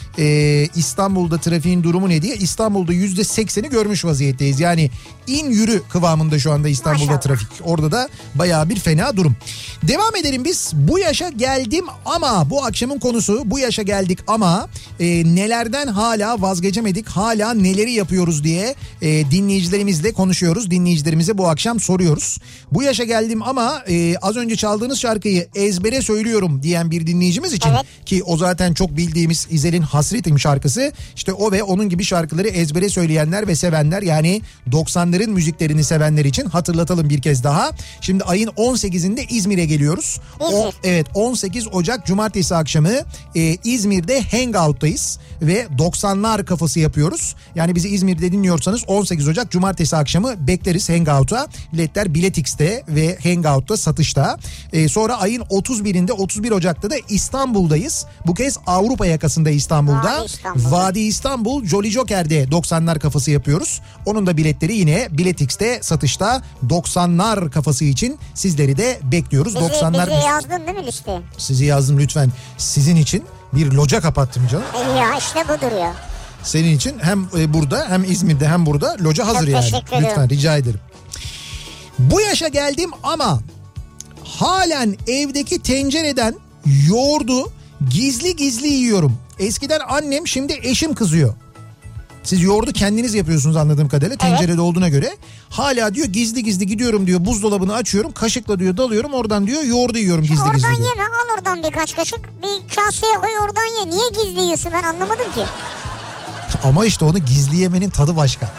Ee, İstanbul'da trafiğin durumu ne diye. İstanbul'da yüzde sekseni görmüş vaziyetteyiz. Yani in yürü kıvamında şu anda İstanbul'da Maşallah. trafik. Orada da bayağı bir fena durum. Devam edelim biz. Bu yaşa geldim ama bu akşamın konusu bu yaşa geldik ama e, nelerden hala vazgeçemedik, hala neleri yapıyoruz diye e, dinleyicilerimizle konuşuyoruz. Dinleyicilerimize bu akşam soruyoruz. Bu yaşa geldim ama e, az önce çaldığınız şarkıyı ezbere söylüyorum diyen bir dinleyicimiz için, evet, ki o zaten çok bildiğimiz İzel'in Hasretim şarkısı. İşte o ve onun gibi şarkıları ezbere söyleyenler ve sevenler, yani doksanların müziklerini sevenler için hatırlatalım bir kez daha. Şimdi ayın on sekizinde İzmir'e geliyoruz. O, evet, on sekiz Ocak Cumartesi akşamı e, İzmir'de Hangout'tayız ve doksanlar kafası yapıyoruz. Yani bizi İzmir'de dinliyorsanız on sekiz Ocak Cumartesi akşamı bekleriz Hangout'a. Biletler Biletix'te ve Hangout'ta satışta. E, sonra ayın otuz birinde otuz bir Ocak'ta da İstanbul'dayız. Bu kez Avrupa yakasında İstanbul'da. Vadi İstanbul. Vadi İstanbul Jolly Joker'de doksanlar kafası yapıyoruz. Onun da biletleri yine Biletix'te satışta. doksanlar kafası için sizleri de bekliyoruz. Bizi, doksanlar bizi yazdın değil mi listeye? Sizi yazdım lütfen. Sizin için bir loca kapattım canım. E ya işte budur ya. Senin için hem burada hem İzmir'de hem burada loca hazır Çok yani. teşekkür ederim. Lütfen rica ederim. Bu yaşa geldim ama halen evdeki tencereden yoğurdu gizli gizli yiyorum. Eskiden annem, şimdi eşim kızıyor. Siz yoğurdu kendiniz yapıyorsunuz anladığım kadarıyla, tencerede evet, olduğuna göre. Hala diyor gizli gizli gidiyorum diyor, buzdolabını açıyorum, kaşıkla diyor dalıyorum, oradan diyor yoğurdu yiyorum gizli oradan gizli diyor. Oradan yeme, al oradan birkaç kaşık, bir kaseye koy oradan ye. Niye gizli yiyorsun, ben anlamadım ki. Ama işte onu gizli yemenin tadı başka.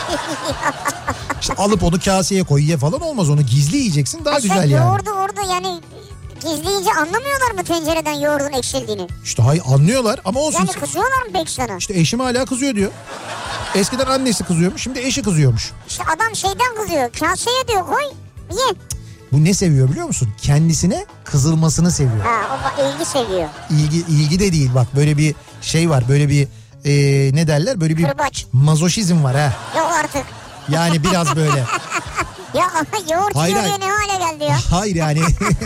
İşte alıp onu kaseye koy ye falan olmaz, onu gizli yiyeceksin daha ha, güzel sen yani. Yoğurdu orada yani gizleyince anlamıyorlar mı tencereden yoğurdun ekşildiğini? İşte hayır, anlıyorlar ama olsun. Yani kızıyorlar mı peki sana? İşte eşim hala kızıyor diyor. Eskiden annesi kızıyormuş, şimdi eşi kızıyormuş. İşte adam şeyden kızıyor, kaseye diyor koy ye. Bu ne seviyor biliyor musun? Kendisine kızılmasını seviyor. Ha, o ilgi seviyor. İlgi, ilgi de değil bak, böyle bir şey var, böyle bir e, ne derler, böyle bir kırbaç, mazoşizm var ha. Yok artık. Yani biraz böyle. Ya yoğurt hayır, yiyor hayır. diye ne hale geldi ya? Hayır yani.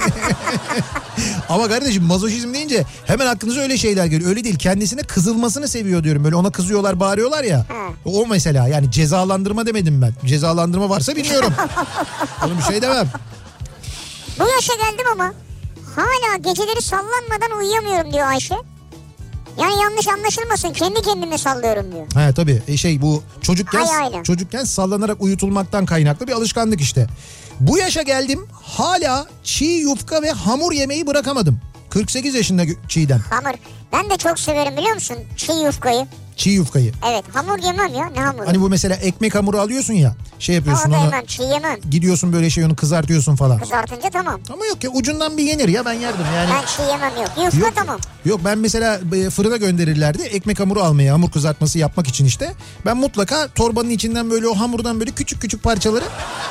Ama kardeşim mazoşizm deyince hemen aklınıza öyle şeyler geliyor. Öyle değil, kendisine kızılmasını seviyor diyorum. Böyle ona kızıyorlar, bağırıyorlar ya. Ha. O mesela, yani cezalandırma demedim ben. Cezalandırma varsa bilmiyorum. Onun bir şey demem. Bu yaşa geldim ama hala geceleri sallanmadan uyuyamıyorum diyor Ayşe. Yani yanlış anlaşılmasın, kendi kendime sallıyorum diyor. He tabii e şey bu çocukken Hay çocukken sallanarak uyutulmaktan kaynaklı bir alışkanlık işte. Bu yaşa geldim hala çiğ yufka ve hamur yemeyi bırakamadım. kırk sekiz yaşında çiğden. Hamur. Ben de çok severim biliyor musun çiğ yufkayı. Çiğ yufkayı. Evet, hamur yemem ya, ne hamuru? Hani bu mesela ekmek hamuru alıyorsun ya, şey yapıyorsun onu. onu. Yemem, çiğ yemem. Gidiyorsun böyle şey onu kızartıyorsun falan. Kızartınca tamam. Ama yok ya, ucundan bir yenir ya, ben yerdim yani. Ben çiğ yemem yok. Yufka yok, tamam. Yok ben mesela fırına gönderirlerdi ekmek hamuru almaya, hamur kızartması yapmak için işte. Ben mutlaka torbanın içinden böyle o hamurdan böyle küçük küçük parçaları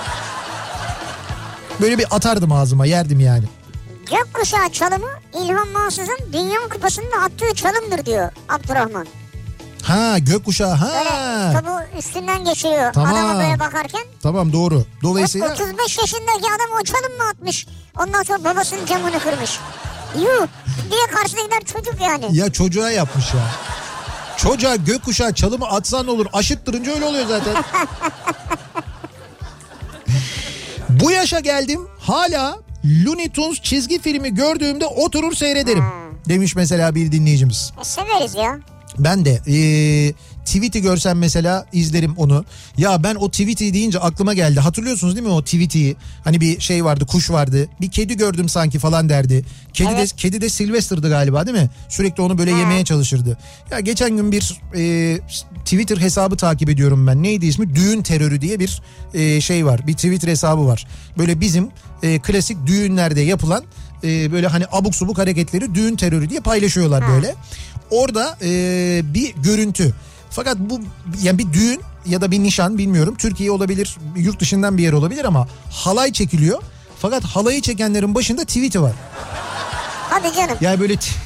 böyle bir atardım ağzıma, yerdim yani. Gökkuşağı çalımı İlhan Mansız'ın Dünya Kupası'nda attığı çalımdır diyor Abdurrahman. Ha gökkuşağı ha. Böyle topu üstünden geçiyor tamam, adama böyle bakarken. Tamam doğru. Dolayısıyla. otuz beş yaşındaki adam o çalım mı atmış? Ondan sonra babasının camını kırmış. Yuh diye karşıdakiler çocuk yani. Ya çocuğa yapmış ya. Çocuğa gökkuşağı çalımı atsan olur. Aşıttırınca öyle oluyor zaten. Bu yaşa geldim hala Looney Tunes çizgi filmi gördüğümde oturur seyrederim. Hmm. Demiş mesela bir dinleyicimiz. E, severiz ya. Ben de ee, Tweet'i görsem mesela izlerim onu. Ya ben o Tweet'i deyince aklıma geldi. Hatırlıyorsunuz değil mi o Tweet'i? Hani bir şey vardı, kuş vardı. Bir kedi gördüm sanki falan derdi. Kedi evet. de kedi de Sylvester'dı galiba değil mi? Sürekli onu böyle ha. yemeye çalışırdı. Ya geçen gün bir e, Twitter hesabı takip ediyorum ben. Neydi ismi? Düğün terörü diye bir e, şey var. Bir Twitter hesabı var. Böyle bizim e, klasik düğünlerde yapılan e, böyle hani abuk subuk hareketleri düğün terörü diye paylaşıyorlar ha. böyle. Orada e, bir görüntü. Fakat bu yani bir düğün ya da bir nişan bilmiyorum. Türkiye olabilir, yurt dışından bir yer olabilir ama halay çekiliyor. Fakat halayı çekenlerin başında tweet'i var. Hadi canım. Yani böyle t-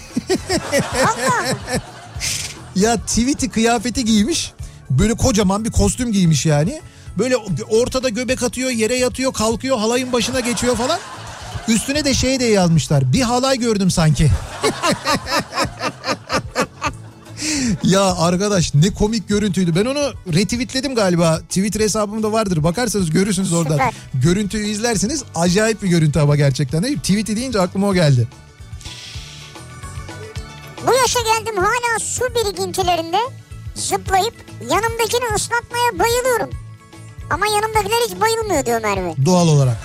ya tweet'i kıyafeti giymiş. Böyle kocaman bir kostüm giymiş yani. Böyle ortada göbek atıyor, yere yatıyor, kalkıyor, halayın başına geçiyor falan. Üstüne de şey de yazmışlar. Bir halay gördüm sanki. Ya arkadaş ne komik görüntüydü. Ben onu retweetledim galiba. Twitter hesabımda vardır. Bakarsanız görürsünüz oradan. Süper. Görüntüyü izlersiniz. Acayip bir görüntü ama gerçekten. Değil mi? Tweet deyince aklıma o geldi. Bu yaşa geldim hala su birikintilerinde zıplayıp yanımdakini ıslatmaya bayılıyorum. Ama yanımdakiler hiç bayılmıyor diyor Merve. Doğal olarak.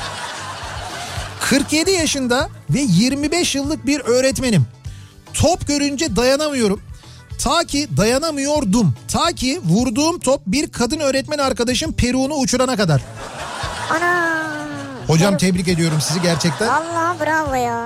kırk yedi yaşında ve yirmi beş yıllık bir öğretmenim. Top görünce dayanamıyorum. Ta ki dayanamıyordum. Ta ki vurduğum top bir kadın öğretmen arkadaşım peruğunu uçurana kadar. Ana. Hocam tebrik ediyorum sizi gerçekten. Allah bravo ya.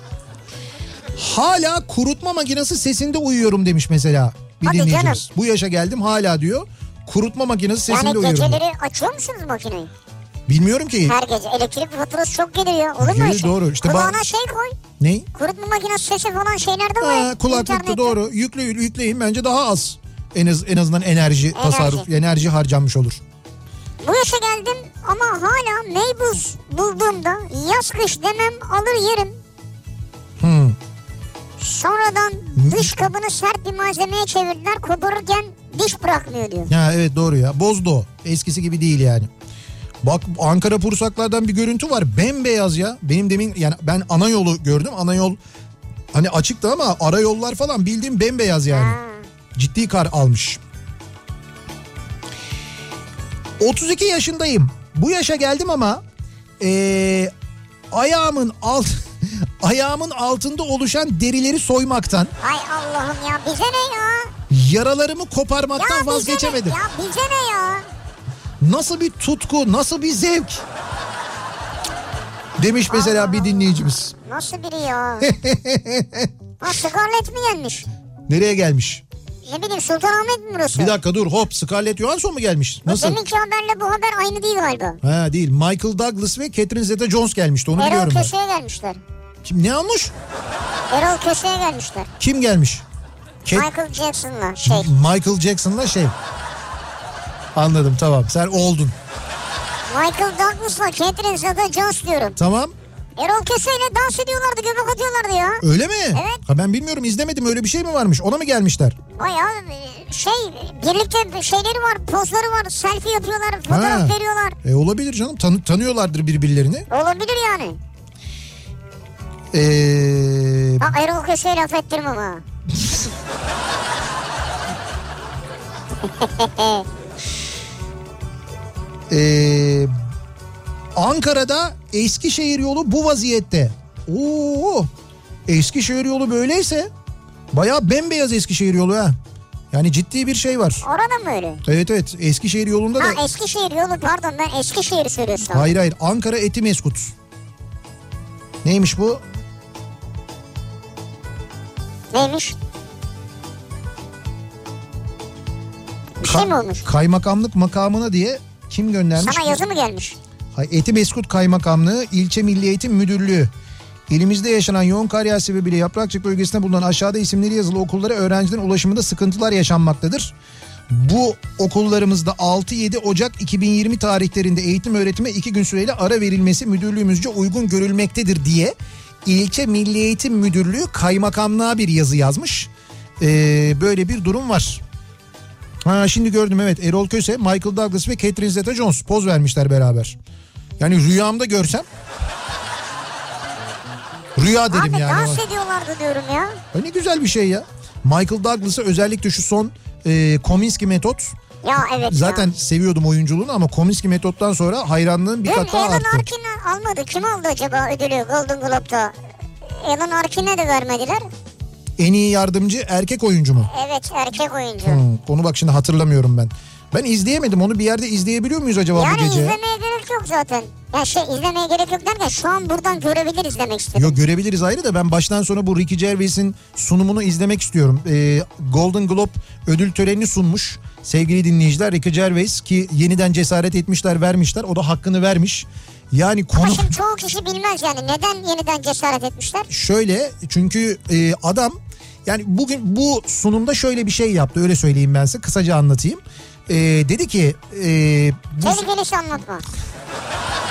Hala kurutma makinesi sesinde uyuyorum demiş mesela bir Hadi dinleyicimiz. canım. Bu yaşa geldim hala diyor kurutma makinesi sesinde Yani uyuyorum. geceleri diyor. açıyor musunuz makineyi? Bilmiyorum ki. Her gece elektrik faturası çok gelir ya. Olur mu Gelir, öyle şey? doğru. İşte Kulağına ben- şey koy. Ne? Kurutma makinesi sesi falan şeylerde Ha, var. kulaklıkta İnternette. doğru. Yükle, yükleyin bence daha az. En az en azından enerji, tasarruf, enerji harcanmış olur. Bu yaşa geldim ama hala meybuz bulduğumda yaz kış demem alır yerim. Hmm. Sonradan dış kabını sert bir malzemeye çevirdiler, koparırken diş bırakmıyor diyor. Ya evet doğru ya. Bozdu o. Eskisi gibi değil yani. Bak Ankara Pursaklar'dan bir görüntü var. Bembeyaz ya. Benim demin yani ben ana yolu gördüm. Ana yol hani açıktı ama ara yollar falan bildiğim bembeyaz yani. Ha. Ciddi kar almış. otuz iki yaşındayım. Bu yaşa geldim ama ee, ayağımın alt ayağımın altında oluşan derileri soymaktan, Ay Allah'ım ya bize ne ya? yaralarımı koparmaktan Ya bize vazgeçemedim. ne? Ya bize ne ya? Nasıl bir tutku, nasıl bir zevk? Demiş mesela Allah bir dinleyicimiz. Nasıl biri ya? Ha Scarlett mi gelmiş? Nereye gelmiş? Ne bileyim Sultanahmet mi burası? Bir dakika dur hop Scarlett Johansson mu gelmiş? Nasıl? Deminki haberle bu haber aynı değil galiba. Ha değil, Michael Douglas ve Catherine Zeta-Jones gelmişti, onu Erol biliyorum ben. Köse'ye gelmişler. Kim, ne olmuş? Erol Köse'ye gelmişler. Kim gelmiş? Cat- Michael Jackson'la şey. Michael Jackson'la şey. Anladım, tamam, sen oldun. Michael Douglas'la Catherine Zeta-Jones diyorum. Tamam. Erol Köse ile dans ediyorlardı, göbek atıyorlardı ya. Öyle mi? Evet. Ha, ben bilmiyorum, izlemedim, öyle bir şey mi varmış? Ona mı gelmişler? Bayağı e, şey birlikte şeyleri var, pozları var, selfie yapıyorlar, fotoğraf Ha. veriyorlar. E olabilir canım, Tanı- tanıyorlardır birbirlerini. Olabilir yani. Eee... Bak Erol Köse'ye laf ettirmem ha. Ee, Ankara'da Eskişehir yolu bu vaziyette. Oo, Eskişehir yolu böyleyse bayağı bembeyaz Eskişehir yolu ha. Yani ciddi bir şey var. Orada mı öyle? Evet evet, Eskişehir yolunda da. Ha Eskişehir yolu, pardon ben Eskişehir'i söylüyorsun. Hayır hayır, Ankara Etimeskut. Neymiş bu? Neymiş? Bir şey mi olmuş? Kaymakamlık makamına diye kim göndermiş? Sana yazı mı gelmiş? Hay, Etimeskut Kaymakamlığı İlçe Milli Eğitim Müdürlüğü. İlimizde yaşanan yoğun kar yağışı sebebiyle Yaprakçık bölgesinde bulunan aşağıda isimleri yazılı okullara öğrencilerin ulaşımında sıkıntılar yaşanmaktadır. Bu okullarımızda altı yedi Ocak iki bin yirmi tarihlerinde eğitim öğretime iki gün süreyle ara verilmesi müdürlüğümüzce uygun görülmektedir diye İlçe Milli Eğitim Müdürlüğü kaymakamlığa bir yazı yazmış. Ee, böyle bir durum var. Ha şimdi gördüm, evet, Erol Köse, Michael Douglas ve Catherine Zeta-Jones poz vermişler beraber. Yani rüyamda görsem rüya derim Abi yani. dans ediyorlardı diyorum ya. Ay ne güzel bir şey ya. Michael Douglas'ı özellikle şu son e, Kominsky metot. Ya evet Zaten ya. seviyordum oyunculuğunu ama Kominsky metottan sonra hayranlığım bir Dün kat daha Alan arttı. Arkin'i almadı. Kim aldı acaba ödülü Golden Globe'da? Alan Arkin'e de vermediler. En iyi yardımcı erkek oyuncu mu? Evet erkek oyuncu. Hmm, onu bak şimdi hatırlamıyorum ben. Ben izleyemedim, onu bir yerde izleyebiliyor muyuz acaba Yani bu gece? izlemeye gerek yok zaten. Ya şey izlemeye gerek yok derken şu an buradan görebiliriz demek istedim. Yok, görebiliriz ayrı da ben baştan sona bu Ricky Gervais'in sunumunu izlemek istiyorum. Ee, Golden Globe ödül törenini sunmuş sevgili dinleyiciler. Ricky Gervais ki yeniden cesaret etmişler, vermişler, o da hakkını vermiş. Yani konu Ama şimdi çoğu kişi bilmez yani neden yeniden cesaret etmişler? şöyle, çünkü e, adam yani bugün bu sunumda şöyle bir şey yaptı, öyle söyleyeyim ben size, kısaca anlatayım. E, dedi ki e, bu, Tehlikelisi anlatma.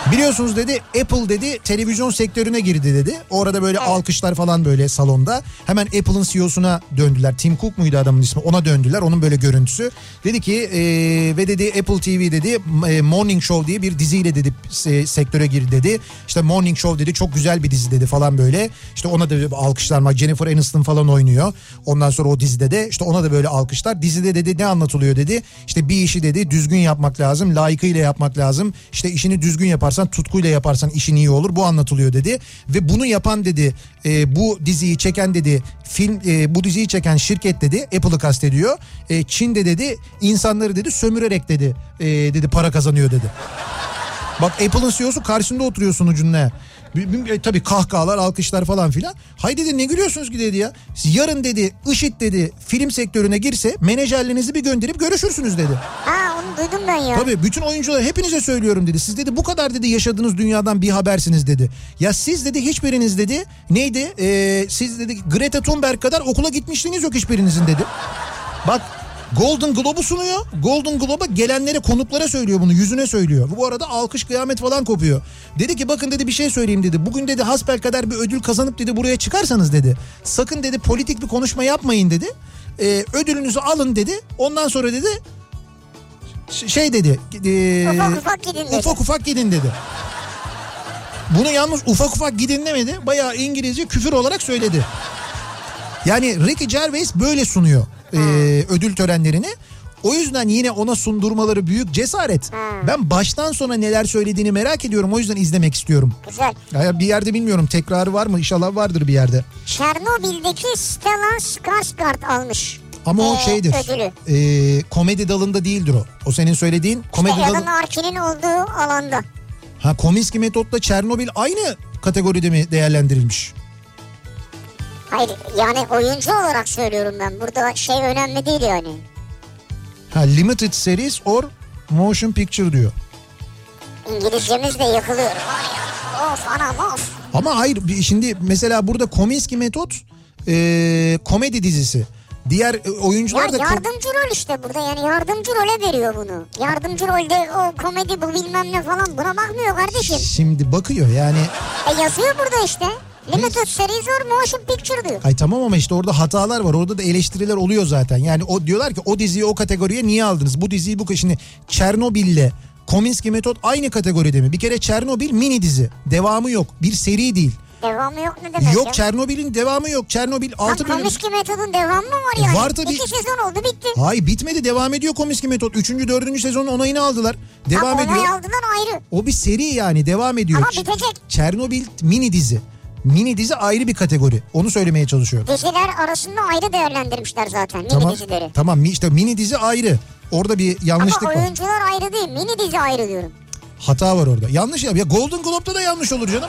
Biliyorsunuz dedi Apple dedi televizyon sektörüne girdi dedi. Orada böyle evet. alkışlar falan böyle salonda. Hemen Apple'ın C E O'suna döndüler. Tim Cook muydu adamın ismi? Ona döndüler. Onun böyle görüntüsü. Dedi ki e, ve dedi Apple T V dedi e, Morning Show diye bir diziyle dedi e, sektöre girdi dedi. İşte Morning Show dedi çok güzel bir dizi dedi falan böyle. İşte ona da alkışlar var. Jennifer Aniston falan oynuyor. Ondan sonra o dizide de işte ona da böyle alkışlar. Dizide dedi ne anlatılıyor dedi. İşte bir işi dedi düzgün yapmak lazım. Layıkıyla yapmak lazım. İşte işini düzgün yaparsan, tutkuyla yaparsan işin iyi olur. Bu anlatılıyor dedi. Ve bunu yapan dedi e, bu diziyi çeken dedi film e, bu diziyi çeken şirket dedi Apple'ı kastediyor. E, Çin'de dedi insanları dedi sömürerek dedi e, dedi para kazanıyor dedi. Bak Apple'ın C E O'su karşısında oturuyor sunucunun ne? E, tabii kahkahalar, alkışlar falan filan. Hay dedi ne gülüyorsunuz ki dedi ya. Yarın dedi IŞİD dedi film sektörüne girse menajerlerinizi bir gönderip görüşürsünüz dedi. Ha onu duydum ben ya. Tabii bütün oyuncular hepinize söylüyorum dedi. Siz dedi bu kadar dedi yaşadığınız dünyadan bir habersiniz dedi. Ya siz dedi hiçbiriniz dedi neydi? Ee, siz dedi Greta Thunberg kadar okula gitmişliğiniz yok hiçbirinizin dedi. Bak Golden Globe'u sunuyor. Golden Globe'a gelenlere, konuklara söylüyor bunu. Yüzüne söylüyor. Bu arada alkış kıyamet falan kopuyor. Dedi ki bakın dedi bir şey söyleyeyim dedi. Bugün dedi hasbelkader bir ödül kazanıp dedi buraya çıkarsanız dedi. Sakın dedi politik bir konuşma yapmayın dedi. Ee, ödülünüzü alın dedi. Ondan sonra dedi şey dedi. E, ufak ufak gidin dedi. Ufak ufak gidin dedi. Bunu yalnız ufak ufak gidin demedi. Bayağı İngilizce küfür olarak söyledi. Yani Ricky Gervais böyle sunuyor e, ödül törenlerini. O yüzden yine ona sundurmaları büyük cesaret. Hmm. Ben baştan sona neler söylediğini merak ediyorum. O yüzden izlemek istiyorum. Güzel. Ya bir yerde bilmiyorum tekrarı var mı? İnşallah vardır bir yerde. Çernobil'deki Stellan Skarsgård almış. Ama ee, o şeydir. E, komedi dalında değildir o. O senin söylediğin komedi işte dalı. Alan Arkin'in olduğu alanda. Ha Kominsky metotla Çernobil aynı kategoride mi değerlendirilmiş? Hayır yani oyuncu olarak söylüyorum ben. Burada şey önemli değil yani. Ha limited series or motion picture diyor. İngilizcemiz de yakılıyor. Of anam of. Ama hayır şimdi mesela burada Kominsky metot e, komedi dizisi. Diğer oyuncular ya da... yardımcı rol işte burada yani yardımcı role veriyor bunu. Yardımcı rolde o komedi bu bilmem ne falan buna bakmıyor kardeşim. Şimdi bakıyor yani. E yazıyor burada işte. Limited series or motion picture diyor. Ay tamam ama işte orada hatalar var. Orada da eleştiriler oluyor zaten. Yani o diyorlar ki o diziyi o kategoriye niye aldınız? Bu diziyi bu şimdi Çernobil'le Kominsky metot aynı kategoride mi? Bir kere Çernobil mini dizi. Devamı yok. Bir seri değil. Devamı yok ne demek Yok ya? Çernobil'in devamı yok. Çernobil altı bölüm. Kominsky metodun devamı mı var yani? Var tabii. İki sezon oldu bitti. Hayır bitmedi devam ediyor Kominsky metot. Üçüncü dördüncü sezonun onayını aldılar. Devam ha, ediyor. Onay aldılar ayrı. O bir seri yani devam ediyor. Ama bitecek. Çernobil mini dizi. Mini dizi ayrı bir kategori. Onu söylemeye çalışıyorum. Diziler arasında ayrı değerlendirmişler zaten mini tamam, dizileri. Tamam işte mini dizi ayrı. Orada bir yanlışlık var. Ama oyuncular var. Ayrı değil mini dizi ayrı diyorum. Hata var orada. Yanlış ya. Ya Golden Globe'da da yanlış olur canım.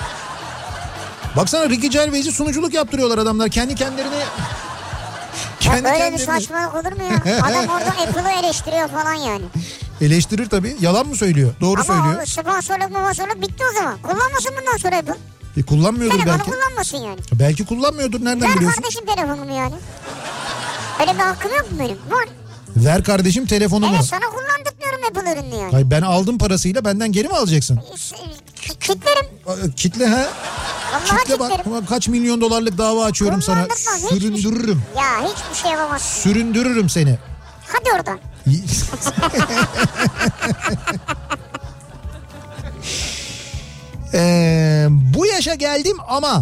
Baksana Ricky Gervais'i sunuculuk yaptırıyorlar adamlar. Kendi kendilerine... Kendi böyle kendilerine... bir saçmalık olur mu ya? Adam orada Apple'ı eleştiriyor falan yani. Eleştirir tabii. Yalan mı söylüyor? Doğru ama söylüyor. Ama sponsorluk sponsorluk bitti o zaman. Kullanmasın bundan sonra Apple. E kullanmıyordur Telefonu belki. kullanmasın yani. Belki kullanmıyordur. Nereden Ver biliyorsun? Ver kardeşim telefonumu yani. Öyle bir hakkım yok mu benim? Var. Ver kardeşim telefonumu. Evet sana kullandırmıyorum Apple ürününü yani. Hayır ben aldım parasıyla benden geri mi alacaksın? Kitlerim. Kitle ha? Vallahi Kitle bak kaç milyon dolarlık dava açıyorum sana. Süründürürüm. Hiçbir, ya hiçbir şey yapamazsın. Süründürürüm seni. Hadi oradan. ee, bu yaşa geldim ama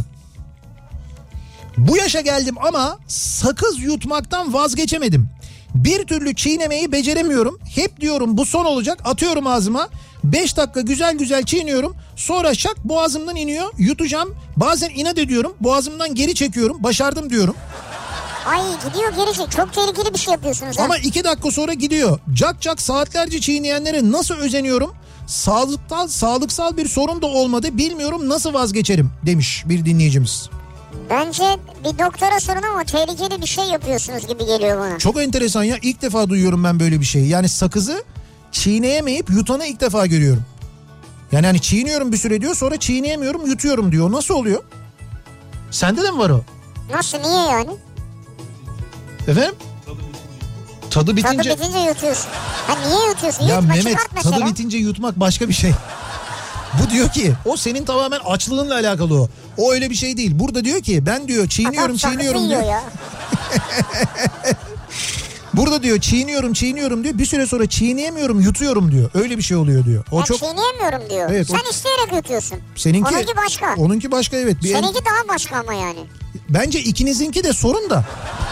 bu yaşa geldim ama sakız yutmaktan vazgeçemedim. Bir türlü çiğnemeyi beceremiyorum. Hep diyorum bu son olacak. Atıyorum ağzıma. beş dakika güzel güzel çiğniyorum. Sonra şak boğazımdan iniyor. Yutacağım. Bazen inat ediyorum. Boğazımdan geri çekiyorum. Başardım diyorum. Ay gidiyor geri çek. Çok tehlikeli bir şey yapıyorsunuz. Ama ha? iki dakika sonra gidiyor. Cak cak saatlerce çiğneyenlere nasıl özeniyorum. Sağlıksal, sağlıksal bir sorun da olmadı. Bilmiyorum nasıl vazgeçerim demiş bir dinleyicimiz. Bence bir doktora sorun ama tehlikeli bir şey yapıyorsunuz gibi geliyor bana. Çok enteresan ya. İlk defa duyuyorum ben böyle bir şeyi. Yani sakızı çiğneyemeyip yutanı ilk defa görüyorum. Yani hani çiğniyorum bir süre diyor, sonra çiğneyemiyorum yutuyorum diyor. Nasıl oluyor? Sende de mi var o? Nasıl, niye yani? Efendim? Tadı bitince... Tadı bitince yutuyorsun. Ha niye yutuyorsun? Ya Yutma, Mehmet çıkart mesela. Tadı bitince yutmak başka bir şey. Bu diyor ki o senin tamamen açlığınla alakalı o. O öyle bir şey değil. Burada diyor ki ben diyor çiğniyorum Adam çiğniyorum diyor. Ya. Burada diyor çiğniyorum çiğniyorum diyor. Bir süre sonra çiğneyemiyorum yutuyorum diyor. Öyle bir şey oluyor diyor. O ben çok çiğneyemiyorum diyor. Evet, Sen o... isteyerek yutuyorsun. Seninki onunki başka. Onunki başka evet. Bir Seninki en... daha başka ama yani. Bence ikinizinki de sorun da.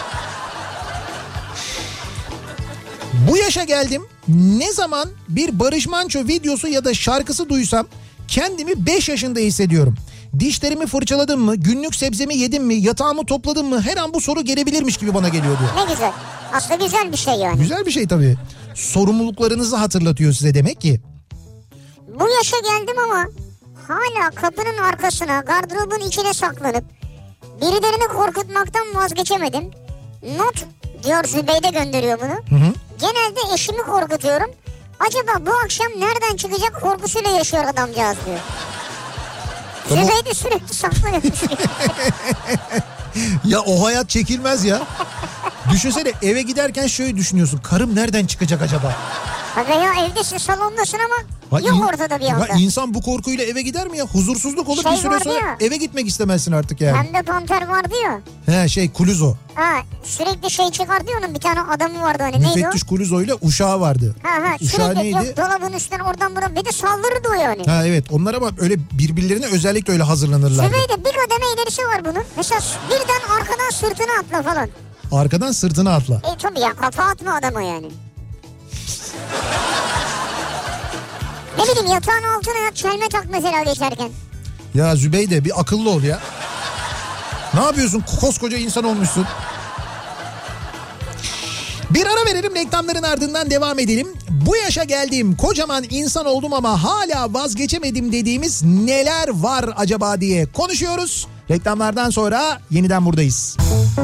Bu yaşa geldim. Ne zaman bir Barış Manço videosu ya da şarkısı duysam kendimi beş yaşında hissediyorum. Dişlerimi fırçaladım mı, günlük sebzemi yedim mi, yatağımı topladım mı her an bu soru gelebilirmiş gibi bana geliyor diyor. Ne güzel. Aslında güzel bir şey yani. Güzel bir şey tabii. Sorumluluklarınızı hatırlatıyor size demek ki. Bu yaşa geldim ama hala kapının arkasına, gardırobun içine saklanıp birilerini korkutmaktan vazgeçemedim. Not diyor, Zübeyde gönderiyor bunu. Hı hı. Genelde eşimi korkutuyorum. Acaba bu akşam nereden çıkacak korkusuyla yaşıyor adamcağız diyor. Tamam. Zübeyde sürekli saklanıyormuş. Ya o hayat çekilmez ya. Düşünsene eve giderken şöyle düşünüyorsun. Karım nereden çıkacak acaba? Ha veya evdesin, salondasın ama ha yok in, ortada bir anda. Ya insan bu korkuyla eve gider mi ya? Huzursuzluk olur, şey bir süre sonra ya, eve gitmek istemezsin artık yani. Pembe panter vardı ya. He şey Kluzo. Ha sürekli şey çıkardı ya, onun bir tane adamı vardı hani, neydi o? Müfettiş Kluzo ile uşağı vardı. Ha ha Uşağı sürekli neydi? yok, dolabın üstten oradan buradan bir de saldırırdı o yani. Ha evet, onlar ama öyle birbirlerine özellikle öyle hazırlanırlardı. Zübeyde bir kademe ilerisi var bunun. Mesela birden arkadan sırtına atla falan. Arkadan sırtına atla. E tabii ya, kafa atma adama yani. Ne bileyim, yatağın altına yat, çelme tak mesela geçerken. Ya Zübeyde bir akıllı ol ya. Ne yapıyorsun, koskoca insan olmuşsun. Bir ara verelim, reklamların ardından devam edelim. Bu yaşa geldim, kocaman insan oldum ama hala vazgeçemedim dediğimiz neler var acaba diye konuşuyoruz. Reklamlardan sonra yeniden buradayız.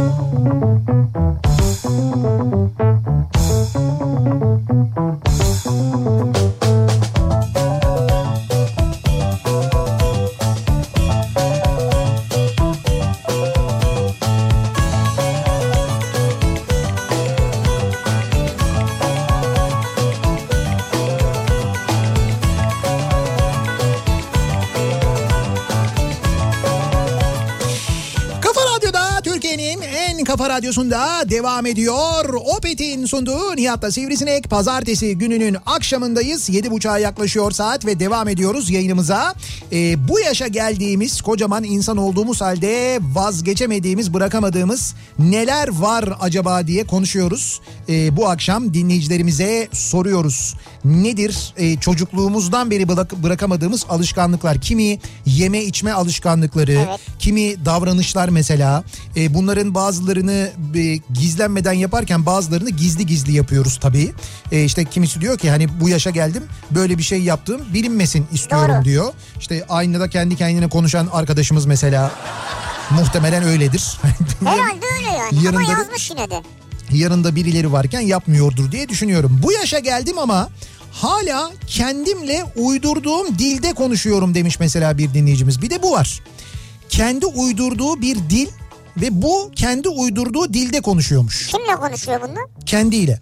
Kafa Radyosu'nda devam ediyor. Opet'in sunduğu Nihat'la Sivrisinek. Pazartesi gününün akşamındayız. Yedi buçuğa yaklaşıyor saat ve devam ediyoruz yayınımıza. Ee, bu yaşa geldiğimiz, kocaman insan olduğumuz halde vazgeçemediğimiz, bırakamadığımız neler var acaba diye konuşuyoruz. Ee, bu akşam dinleyicilerimize soruyoruz. Nedir ee, çocukluğumuzdan beri bırak, bırakamadığımız alışkanlıklar? Kimi yeme içme alışkanlıkları, evet. Kimi davranışlar mesela. Ee, bunların bazıları gizlenmeden yaparken bazılarını gizli gizli yapıyoruz tabii. E işte kimisi diyor ki hani bu yaşa geldim, böyle bir şey yaptığım bilinmesin istiyorum. Doğru. Diyor. İşte aynada kendi kendine konuşan arkadaşımız mesela muhtemelen öyledir. Herhalde öyle yani, yanında, ama yazmış yine de. Yanında birileri varken yapmıyordur diye düşünüyorum. Bu yaşa geldim ama hala kendimle uydurduğum dilde konuşuyorum demiş mesela bir dinleyicimiz. Bir de bu var. Kendi uydurduğu bir dil ve bu kendi uydurduğu dilde konuşuyormuş. Kimle konuşuyor bunlar? Kendiyle.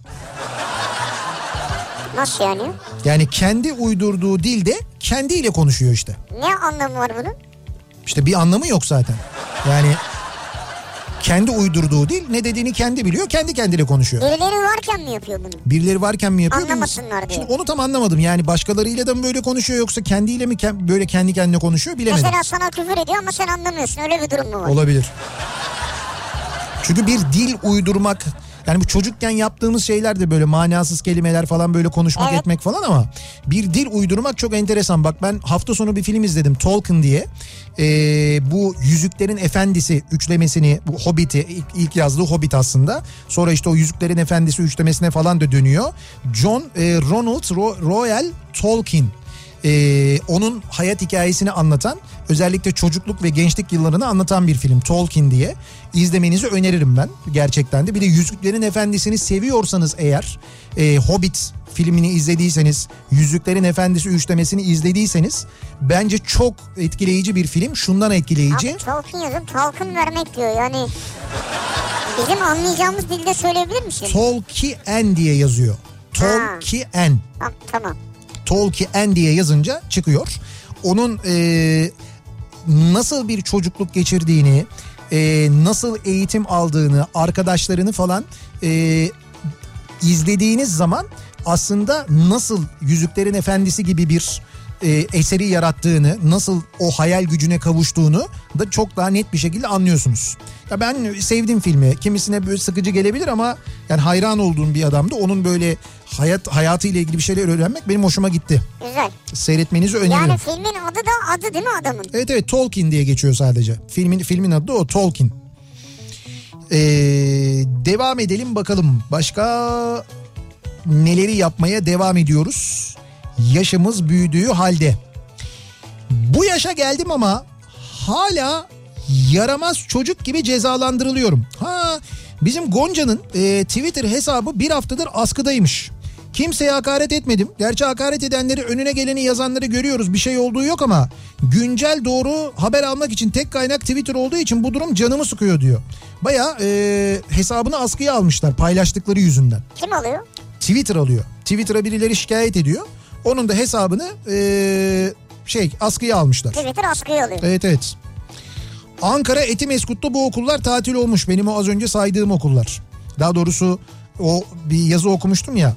Nasıl yani? Yani kendi uydurduğu dilde kendiyle konuşuyor işte. Ne anlamı var bunun? İşte bir anlamı yok zaten. Yani kendi uydurduğu dil, ne dediğini kendi biliyor, kendi kendine konuşuyor. Birileri varken mi yapıyor bunu? Birileri varken mi yapıyor? Anlamasınlar diye. Şimdi onu tam anlamadım. Yani başkalarıyla da mı böyle konuşuyor yoksa kendiyle mi böyle kendi kendine konuşuyor bilemedim. Mesela sana küfür ediyor ama sen anlamıyorsun. Öyle bir durum mu var? Olabilir. Çünkü bir dil uydurmak, yani bu çocukken yaptığımız şeyler de böyle manasız kelimeler falan, böyle konuşmak, evet, etmek falan, ama bir dil uydurmak çok enteresan. Bak ben hafta sonu bir film izledim, Tolkien diye. Ee, bu Yüzüklerin Efendisi üçlemesini, bu Hobbit'i, ilk, ilk yazdığı Hobbit aslında. Sonra işte o Yüzüklerin Efendisi üçlemesine falan da dönüyor. John e, Ronald Ro- Royal Tolkien. Ee, onun hayat hikayesini anlatan, özellikle çocukluk ve gençlik yıllarını anlatan bir film, Tolkien diye. İzlemenizi öneririm ben gerçekten de. Bir de Yüzüklerin Efendisi'ni seviyorsanız eğer, e, Hobbit filmini izlediyseniz, Yüzüklerin Efendisi üçlemesini izlediyseniz bence çok etkileyici bir film. Şundan etkileyici. Abi Tolkien yazın, Tolkien vermek diyor yani. Bizim anlayacağımız dilde söyleyebilir misin? Tolkien diye yazıyor. Tolkien. Ha, tamam. Tolkien diye yazınca çıkıyor. onun e, nasıl bir çocukluk geçirdiğini, e, nasıl eğitim aldığını, arkadaşlarını falan e, izlediğiniz zaman aslında nasıl Yüzüklerin Efendisi gibi bir e, eseri yarattığını, nasıl o hayal gücüne kavuştuğunu da çok daha net bir şekilde anlıyorsunuz. Ya ben sevdim filmi. Kimisine böyle sıkıcı gelebilir ama yani hayran olduğum bir adamdı. Onun böyle hayat hayatıyla ilgili bir şeyler öğrenmek benim hoşuma gitti. Güzel. Seyretmenizi öneririm. Yani filmin adı da adı değil mi adamın? Evet evet, Tolkien diye geçiyor sadece. Filmin filmin adı da o, Tolkien. Ee, devam edelim bakalım. Başka neleri yapmaya devam ediyoruz? Yaşımız büyüdüğü halde. Bu yaşa geldim ama hala yaramaz çocuk gibi cezalandırılıyorum. Ha, bizim Gonca'nın e, Twitter hesabı bir haftadır askıdaymış. Kimseye hakaret etmedim. Gerçi hakaret edenleri, önüne geleni yazanları görüyoruz. Bir şey olduğu yok ama güncel doğru haber almak için tek kaynak Twitter olduğu için bu durum canımı sıkıyor diyor. Baya e, hesabını askıya almışlar paylaştıkları yüzünden. Kim alıyor? Twitter alıyor. Twitter'a birileri şikayet ediyor. Onun da hesabını e, şey askıya almışlar. Twitter askıya alıyor. Evet evet. Ankara Etimeskut'ta bu okullar tatil olmuş. Benim o az önce saydığım okullar. Daha doğrusu o bir yazı okumuştum ya.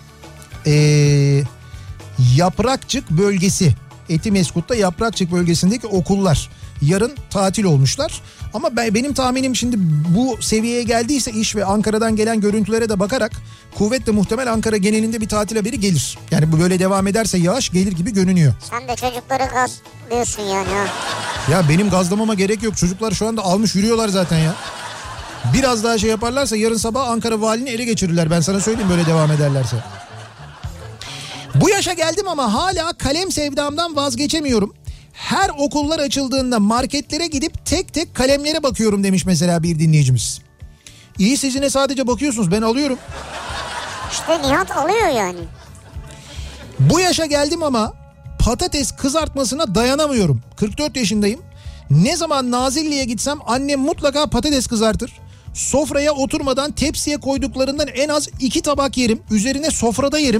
Ee, Yaprakçık bölgesi. Etimeskut'ta Yaprakçık bölgesindeki okullar yarın tatil olmuşlar. Ama ben, benim tahminim şimdi bu seviyeye geldiyse iş ve Ankara'dan gelen görüntülere de bakarak kuvvetle muhtemel Ankara genelinde bir tatil haberi gelir. Yani bu böyle devam ederse yağış gelir gibi görünüyor. Sen de çocukları gazlıyorsun yani ha. Ya benim gazlamama gerek yok. Çocuklar şu anda almış yürüyorlar zaten ya. Biraz daha şey yaparlarsa yarın sabah Ankara valini ele geçirirler. Ben sana söyleyeyim böyle devam ederlerse. Bu yaşa geldim ama hala kalem sevdamdan vazgeçemiyorum. Her okullar açıldığında marketlere gidip tek tek kalemlere bakıyorum demiş mesela bir dinleyicimiz. İyi, siz yine sadece bakıyorsunuz, ben alıyorum. İşte Nihat alıyor yani. Bu yaşa geldim ama patates kızartmasına dayanamıyorum. kırk dört yaşındayım. Ne zaman Nazilli'ye gitsem annem mutlaka patates kızartır. Sofraya oturmadan tepsiye koyduklarından en az iki tabak yerim. Üzerine sofrada yerim.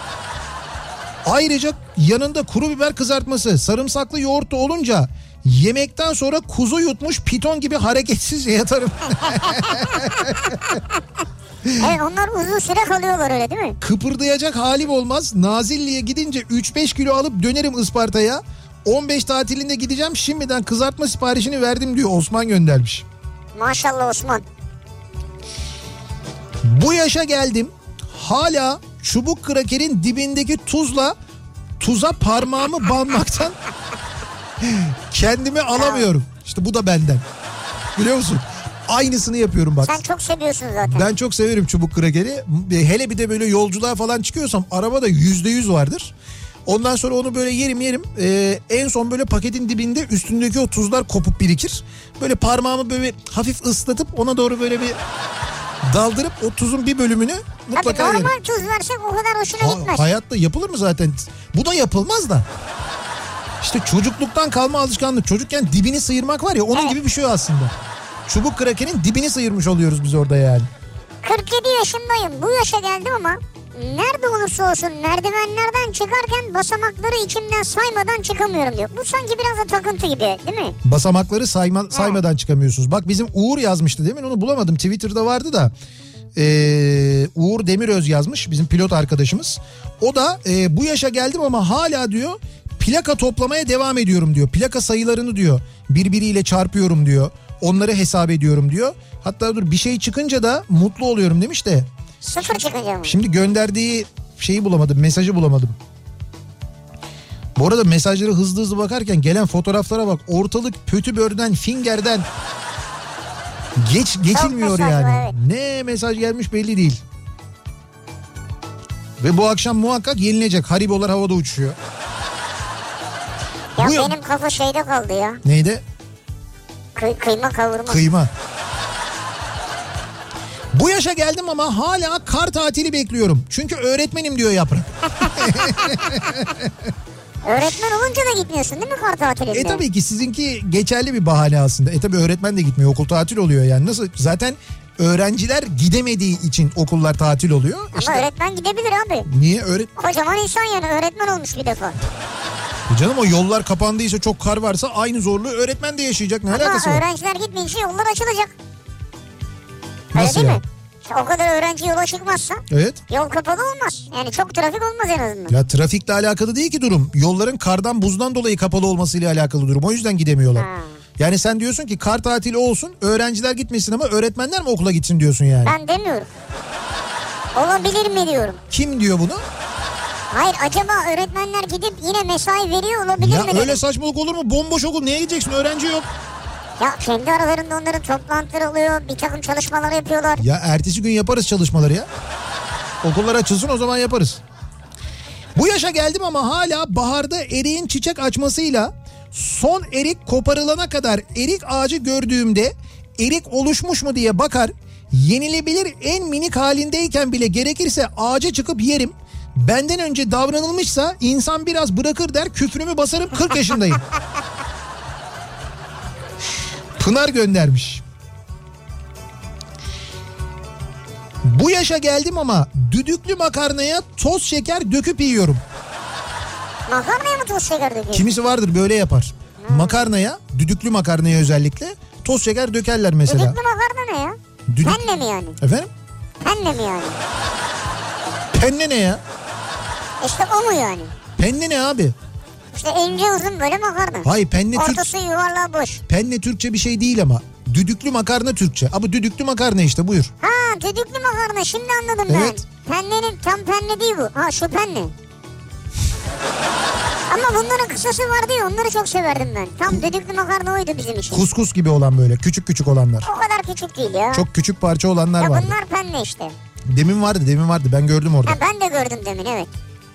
Ayrıca yanında kuru biber kızartması, sarımsaklı yoğurt da olunca yemekten sonra kuzu yutmuş piton gibi hareketsizce yatarım. Evet, onlar uzun süre kalıyorlar öyle değil mi? Kıpırdayacak halim olmaz. Nazilli'ye gidince üç beş kilo alıp dönerim Isparta'ya. on beş tatilinde gideceğim, şimdiden kızartma siparişini verdim diyor, Osman göndermiş. Maşallah Osman. Bu yaşa geldim. Hala çubuk krakerin dibindeki tuzla tuza parmağımı banmaktan kendimi alamıyorum. İşte bu da benden. Biliyor musun? Aynısını yapıyorum bak. Sen çok seviyorsun zaten. Ben çok severim çubuk krakeri. Hele bir de böyle yolculuğa falan çıkıyorsam arabada yüzde yüz vardır. Ondan sonra onu böyle yerim yerim. Ee, en son böyle paketin dibinde üstündeki o tuzlar kopup birikir. Böyle parmağımı böyle hafif ıslatıp ona doğru böyle bir daldırıp o tuzun bir bölümünü mutlaka Tabii normal yerim. tuz versek o kadar hoşuna Ha, gitmez. hayatta yapılır mı zaten? Bu da yapılmaz da. İşte çocukluktan kalma alışkanlık. Çocukken dibini sıyırmak var ya, onun Evet. gibi bir şey aslında. Çubuk krakerin dibini sıyırmış oluyoruz biz orada yani. kırk yedi yaşındayım. Bu yaşa geldim ama nerede olursa olsun merdivenlerden çıkarken basamakları içimden saymadan çıkamıyorum diyor. Bu sanki biraz da takıntı gibi değil mi? Basamakları sayma, saymadan çıkamıyorsunuz. Bak bizim Uğur yazmıştı demin, onu bulamadım. Twitter'da vardı da. Ee, Uğur Demiröz yazmış, bizim pilot arkadaşımız. O da e, bu yaşa geldim ama hala diyor plaka toplamaya devam ediyorum diyor. Plaka sayılarını diyor birbiriyle çarpıyorum diyor. Onları hesap ediyorum diyor. Hatta dur bir şey çıkınca da mutlu oluyorum demiş de. Sıfır çıkınca mı? Şimdi gönderdiği şeyi bulamadım, mesajı bulamadım. Bu arada mesajları hızlı hızlı bakarken gelen fotoğraflara bak. Ortalık Pötübör'den, Finger'den geç geçilmiyor mesaj yani. var, evet. Ne mesaj gelmiş belli değil. Ve bu akşam muhakkak yenilecek. Haribolar havada uçuşuyor. Ya Bu benim ya- kafa şeyde kaldı ya. Neydi? Kıy- kıyma kavurma. Kıyma. Bu yaşa geldim ama hala kar tatili bekliyorum. Çünkü öğretmenim diyor Yaprak. Öğretmen olunca da gitmiyorsun değil mi kar tatilinde? E tabii ki sizinki geçerli bir bahane aslında. E tabii öğretmen de gitmiyor. Okul tatil oluyor yani. Nasıl? Zaten öğrenciler gidemediği için okullar tatil oluyor. Ama İşte öğretmen gidebilir abi. niye öğret Kocaman insan yani öğretmen olmuş bir defa. E canım o yollar kapandıysa, çok kar varsa aynı zorluğu öğretmen de yaşayacak. Ne alakası Ama var? öğrenciler gitmeyince yollar açılacak. Nasıl Öyle ya? değil mi? İşte o kadar öğrenci yola çıkmazsa Evet. yol kapalı olmaz. Yani çok trafik olmaz en azından. Ya trafikle alakalı değil ki durum. Yolların kardan buzdan dolayı kapalı olmasıyla alakalı durum. O yüzden gidemiyorlar. Ha. Yani sen diyorsun ki kar tatili olsun, öğrenciler gitmesin ama öğretmenler mi okula gitsin diyorsun yani. Ben demiyorum. Olabilir mi diyorum. Kim diyor bunu? Hayır, acaba öğretmenler gidip yine mesai veriyor olabilir Ya mi öyle dedim. saçmalık olur mu? Bomboş okul, neye gideceksin? Öğrenci yok. Ya kendi aralarında onların toplantıları oluyor. Bir takım çalışmalar yapıyorlar. Ya ertesi gün yaparız çalışmaları ya. Okullar açılsın, o zaman yaparız. Bu yaşa geldim ama hala baharda eriğin çiçek açmasıyla son erik koparılana kadar erik ağacı gördüğümde erik oluşmuş mu diye bakar. Yenilebilir en minik halindeyken bile gerekirse ağaca çıkıp yerim. Benden önce davranılmışsa insan biraz bırakır der, küfrümü basarım, kırk yaşındayım. Pınar göndermiş. Bu yaşa geldim ama düdüklü makarnaya toz şeker döküp yiyorum. Makarnaya mı toz şeker döküyor? Kimisi vardır böyle yapar. Hmm. Makarnaya, düdüklü makarnaya özellikle toz şeker dökerler mesela. Düdüklü makarna ne ya? Düdük... Penne mi yani? Efendim? Penne mi yani? Penne ne ya? İşte o mu yani? Penne ne abi? İşte ince uzun böyle makarna. Hayır, penne Türk... Ortası yuvarlağı boş. Penne Türkçe bir şey değil ama. Düdüklü makarna Türkçe. Ama düdüklü makarna işte, buyur. Ha, düdüklü makarna, şimdi anladım Evet. ben. Pennenin tam penne değil bu. Ha, şu penne. Ama bunların kısası vardı ya, onları çok severdim ben. Tam düdüklü makarna oydu bizim için. Kuskus gibi olan böyle küçük küçük olanlar. O kadar küçük değil ya. Çok küçük parça olanlar ya vardı. bunlar penne işte. Demin vardı demin vardı ben gördüm orada. Ha, ben de gördüm demin, evet.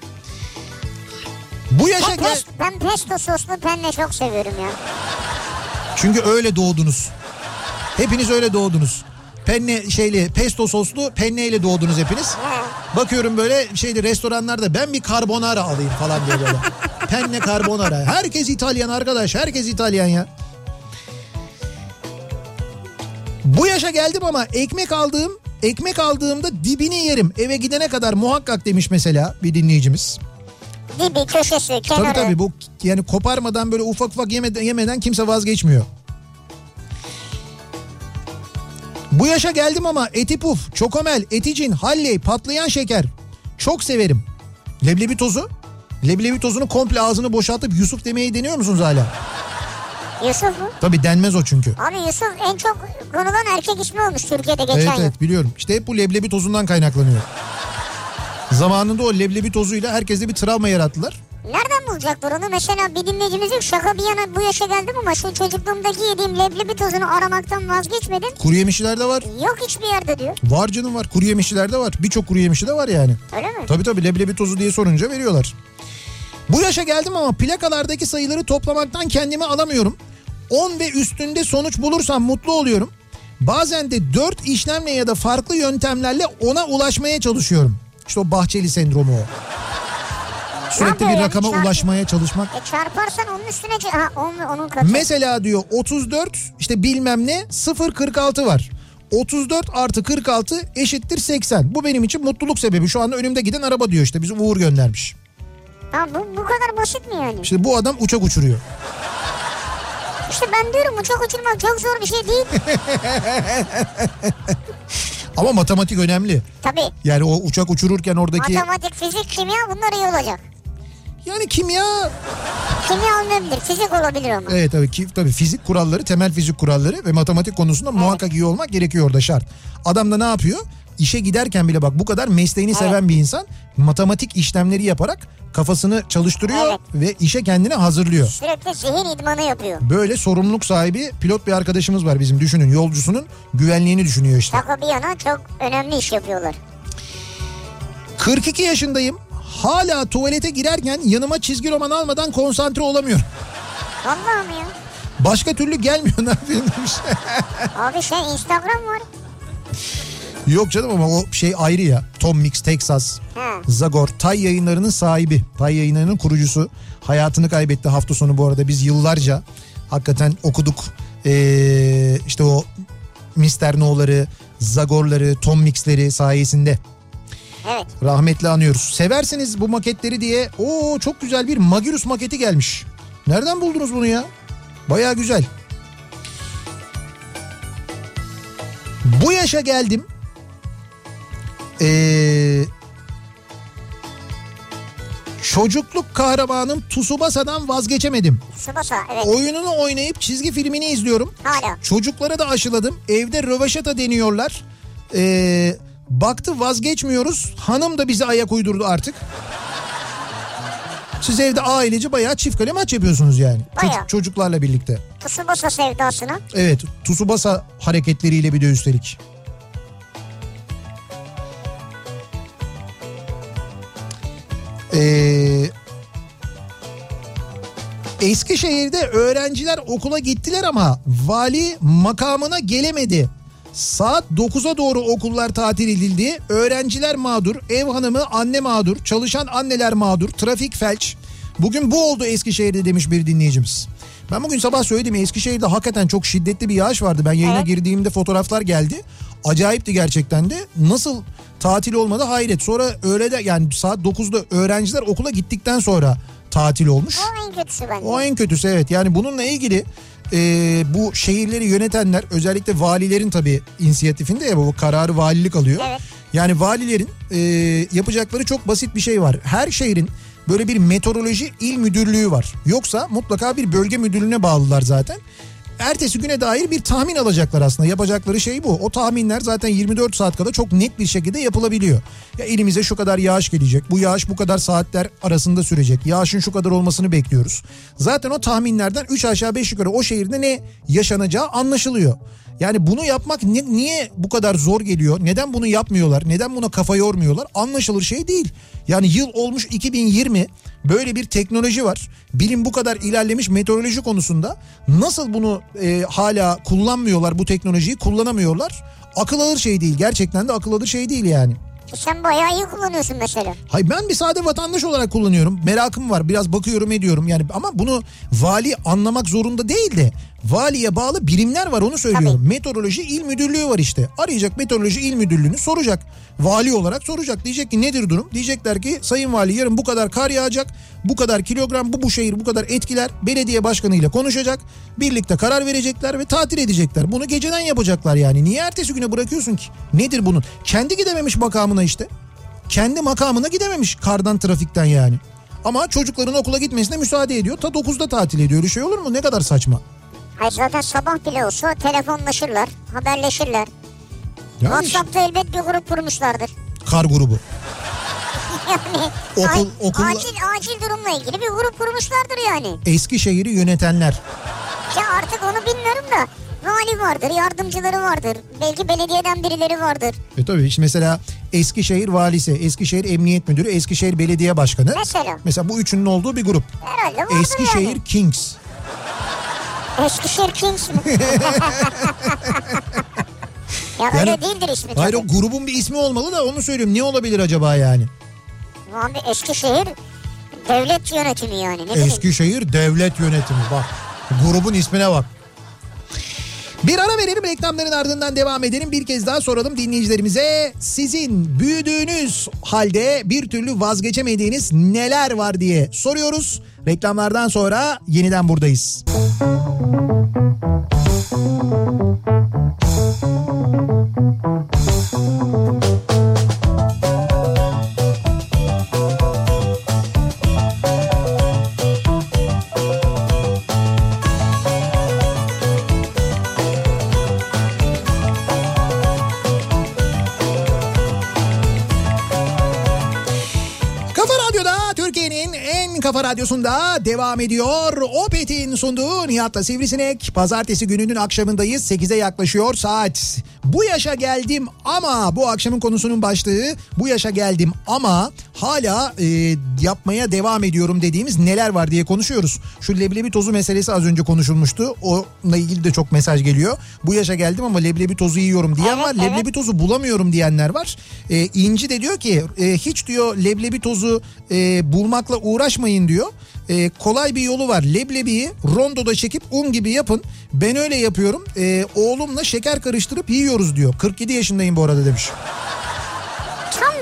Bu yaşa Ben, gel... pesto, ben pesto soslu penne çok seviyorum ya. Çünkü öyle doğdunuz. Hepiniz öyle doğdunuz. Penne şeyli, pesto soslu penneyle doğdunuz hepiniz. He. Bakıyorum böyle şeyde restoranlarda ben bir carbonara alayım falan diye böyle. Penne carbonara. Herkes İtalyan arkadaş, herkes İtalyan ya. Bu yaşa geldim ama ekmek aldığım, ekmek aldığımda dibini yerim. Eve gidene kadar muhakkak demiş mesela bir dinleyicimiz. Dibi, köşesi, kenarı. Tabii tabii, bu yani koparmadan böyle ufak ufak yemeden, yemeden kimse vazgeçmiyor. Bu yaşa geldim ama eti puf, çokomel, eticin, halley, patlayan şeker çok severim. Leblebi tozu. Leblebi tozunu komple ağzını boşaltıp Yusuf demeyi deniyor musunuz hala? Yusuf mu? Tabii denmez o çünkü. Abi Yusuf en çok konulan erkek ismi olmuş Türkiye'de geçen Evet yıl. evet biliyorum. İşte hep bu leblebi tozundan kaynaklanıyor. Zamanında o leblebi tozuyla herkeste bir travma yarattılar. Nereden bulacaklar onu? Mesela bir dinleyicimiz yok, şaka bir yana bu yaşa geldim ama şu çocukluğumdaki yediğim leblebi tozunu aramaktan vazgeçmedim. Kuru yemişçilerde var. Yok hiçbir yerde diyor. Var canım var. Kuru yemişçilerde var. Birçok kuru yemişçi de var yani. Öyle mi? Tabii tabii, leblebi tozu diye sorunca veriyorlar. Bu yaşa geldim ama plakalardaki sayıları toplamaktan kendimi alamıyorum. on ve üstünde sonuç bulursam mutlu oluyorum. Bazen de dört işlemle ya da farklı yöntemlerle ona ulaşmaya çalışıyorum. İşte o Bahçeli sendromu o. Sürekli bir rakama yani? ulaşmaya çalışmak. E çarparsan onun üstüne... Ha onun, onun katı. Mesela diyor otuz dört işte bilmem ne sıfır kırk altı var. otuz dört artı kırk altı eşittir seksen. Bu benim için mutluluk sebebi. Şu anda önümde giden araba diyor işte. Bizi Uğur göndermiş. Ha bu, bu kadar basit mi yani? İşte bu adam uçak uçuruyor. İşte ben diyorum uçak uçurmak çok zor bir şey değil. Ama matematik önemli. Tabii. Yani o uçak uçururken oradaki... Matematik, fizik, kimya bunlar iyi olacak. Yani kimya... Kimya olmayabilir, fizik olabilir ama. Evet tabii ki, tabii fizik kuralları, temel fizik kuralları ve matematik konusunda evet. muhakkak iyi olmak gerekiyor orada, şart. Adam da ne yapıyor? İşe giderken bile bak bu kadar mesleğini evet. seven bir insan matematik işlemleri yaparak kafasını çalıştırıyor evet. ve işe kendini hazırlıyor. Sürekli zihin idmanı yapıyor. Böyle sorumluluk sahibi pilot bir arkadaşımız var bizim, düşünün, yolcusunun güvenliğini düşünüyor işte. Şaka bir yana çok önemli iş yapıyorlar. kırk iki yaşındayım. Hala tuvalete girerken yanıma çizgi roman almadan konsantre olamıyorum. Vallahi mi ya? Başka türlü gelmiyor, ne yapayım demiş. Abi şey Instagram var. Yok canım ama o şey ayrı ya. Tom Mix, Texas, ha. Zagor, Tay Yayınları'nın sahibi. Tay Yayınları'nın kurucusu. Hayatını kaybetti hafta sonu bu arada. Biz yıllarca hakikaten okuduk. Ee, işte o mister No'ları, Zagor'ları, Tom Mix'leri sayesinde. Evet. Rahmetli anıyoruz. Seversiniz bu maketleri diye. Oo çok güzel bir Magirus maketi gelmiş. Nereden buldunuz bunu ya? Baya güzel. Bu yaşa geldim. Ee, çocukluk kahramanım Tsubasa'dan vazgeçemedim. Tsubasa evet. Oyununu oynayıp çizgi filmini izliyorum. Hala. Çocuklara da aşıladım. Evde rövaşata deniyorlar. Ee, baktı vazgeçmiyoruz. Hanım da bize ayak uydurdu artık. Siz evde ailece bayağı çift kale maç yapıyorsunuz yani. Bayağı. Çocuk, çocuklarla birlikte. Tsubasa sevdasına. Evet, Tsubasa hareketleriyle bir de üstelik. Ee, Eskişehir'de öğrenciler okula gittiler ama vali makamına gelemedi. Saat dokuza doğru okullar tatil edildi. Öğrenciler mağdur, ev hanımı anne mağdur, çalışan anneler mağdur, trafik felç. Bugün bu oldu Eskişehir'de demiş bir dinleyicimiz. Ben bugün sabah söyledim, Eskişehir'de hakikaten çok şiddetli bir yağış vardı. Ben yayına evet. girdiğimde fotoğraflar geldi. Acayipti gerçekten de. Nasıl tatil olmadı hayret. Sonra öğlede yani saat dokuzda öğrenciler okula gittikten sonra tatil olmuş. O en kötüsü bence. O en kötüsü evet. Yani bununla ilgili e, bu şehirleri yönetenler, özellikle valilerin tabii inisiyatifinde ya, bu kararı valilik alıyor. Evet. Yani valilerin e, yapacakları çok basit bir şey var. Her şehrin böyle bir meteoroloji il müdürlüğü var. Yoksa mutlaka bir bölge müdürlüğüne bağlılar zaten. Ertesi güne dair bir tahmin alacaklar aslında. Yapacakları şey bu. O tahminler zaten yirmi dört saat kadar çok net bir şekilde yapılabiliyor. Ya elimize şu kadar yağış gelecek. Bu yağış bu kadar saatler arasında sürecek. Yağışın şu kadar olmasını bekliyoruz. Zaten o tahminlerden üç aşağı beş yukarı o şehirde ne yaşanacağı anlaşılıyor. Yani bunu yapmak ne, niye bu kadar zor geliyor? Neden bunu yapmıyorlar? Neden buna kafa yormuyorlar? Anlaşılır şey değil. Yani yıl olmuş iki bin yirmi, böyle bir teknoloji var. Bilim bu kadar ilerlemiş meteoroloji konusunda. Nasıl bunu e, hala kullanmıyorlar, bu teknolojiyi kullanamıyorlar? Akıl alır şey değil. Gerçekten de akıl alır şey değil yani. Sen bayağı iyi kullanıyorsun mesela. Hayır, ben bir sade vatandaş olarak kullanıyorum. Merakım var, biraz bakıyorum ediyorum yani, ama bunu vali anlamak zorunda değil de valiye bağlı birimler var, onu söylüyorum. Tabii. Meteoroloji il müdürlüğü var işte. Arayacak meteoroloji il müdürlüğünü, soracak. Vali olarak soracak. Diyecek ki nedir durum? Diyecekler ki sayın vali yarın bu kadar kar yağacak. Bu kadar kilogram, bu bu şehir bu kadar etkiler. Belediye başkanıyla konuşacak. Birlikte karar verecekler ve tatil edecekler. Bunu geceden yapacaklar yani. Niye ertesi güne bırakıyorsun ki? Nedir bunun? Kendi gidememiş makamına işte. Kendi makamına gidememiş kardan, trafikten yani. Ama çocukların okula gitmesine müsaade ediyor. Ta dokuzda tatil ediyor. Öyle şey olur mu? Ne kadar saçma. Hayır, zaten sabah bile olsa telefonlaşırlar, haberleşirler. Yani WhatsApp'ta işte elbet bir grup kurmuşlardır. Kar grubu. Yani okul, a- okul... acil acil durumla ilgili bir grup kurmuşlardır yani. Eskişehir'i yönetenler. Ya artık onu bilmiyorum da vali vardır, yardımcıları vardır. Belki belediyeden birileri vardır. E tabii işte mesela Eskişehir valisi, Eskişehir Emniyet Müdürü, Eskişehir Belediye Başkanı. Mesela. Mesela bu üçünün olduğu bir grup. Herhalde vardır Eskişehir yani. Kings. Eskişehir Kings mi? Ya yani, öyle değildir ismi tabii. Hayır, o grubun bir ismi olmalı da onu söylüyorum. Ne olabilir acaba yani? Abi Eskişehir devlet yönetimi yani. Ne Eskişehir bileyim? Devlet yönetimi, bak. Grubun ismine bak. Bir ara verelim, reklamların ardından devam edelim. Bir kez daha soralım dinleyicilerimize. Sizin büyüdüğünüz halde bir türlü vazgeçemediğiniz neler var diye soruyoruz. Reklamlardan sonra yeniden buradayız. Kafa Radyosu'nda devam ediyor. Opet'in sunduğu Nihat'la Sivrisinek. Pazartesi gününün akşamındayız. sekize yaklaşıyor saat. Bu yaşa geldim ama, bu akşamın konusunun başlığı bu yaşa geldim ama hala e, yapmaya devam ediyorum dediğimiz neler var diye konuşuyoruz. Şu leblebi tozu meselesi az önce konuşulmuştu. Onunla ilgili de çok mesaj geliyor. Bu yaşa geldim ama leblebi tozu yiyorum diyen evet, var. Evet. Leblebi tozu bulamıyorum diyenler var. E, İnci de diyor ki e, hiç diyor leblebi tozu e, bulmakla uğraşmayın diyor. Ee, kolay bir yolu var. Leblebiyi rondoda çekip un gibi yapın. Ben öyle yapıyorum. Ee, oğlumla şeker karıştırıp yiyoruz diyor. kırk yedi yaşındayım bu arada demiş. Tam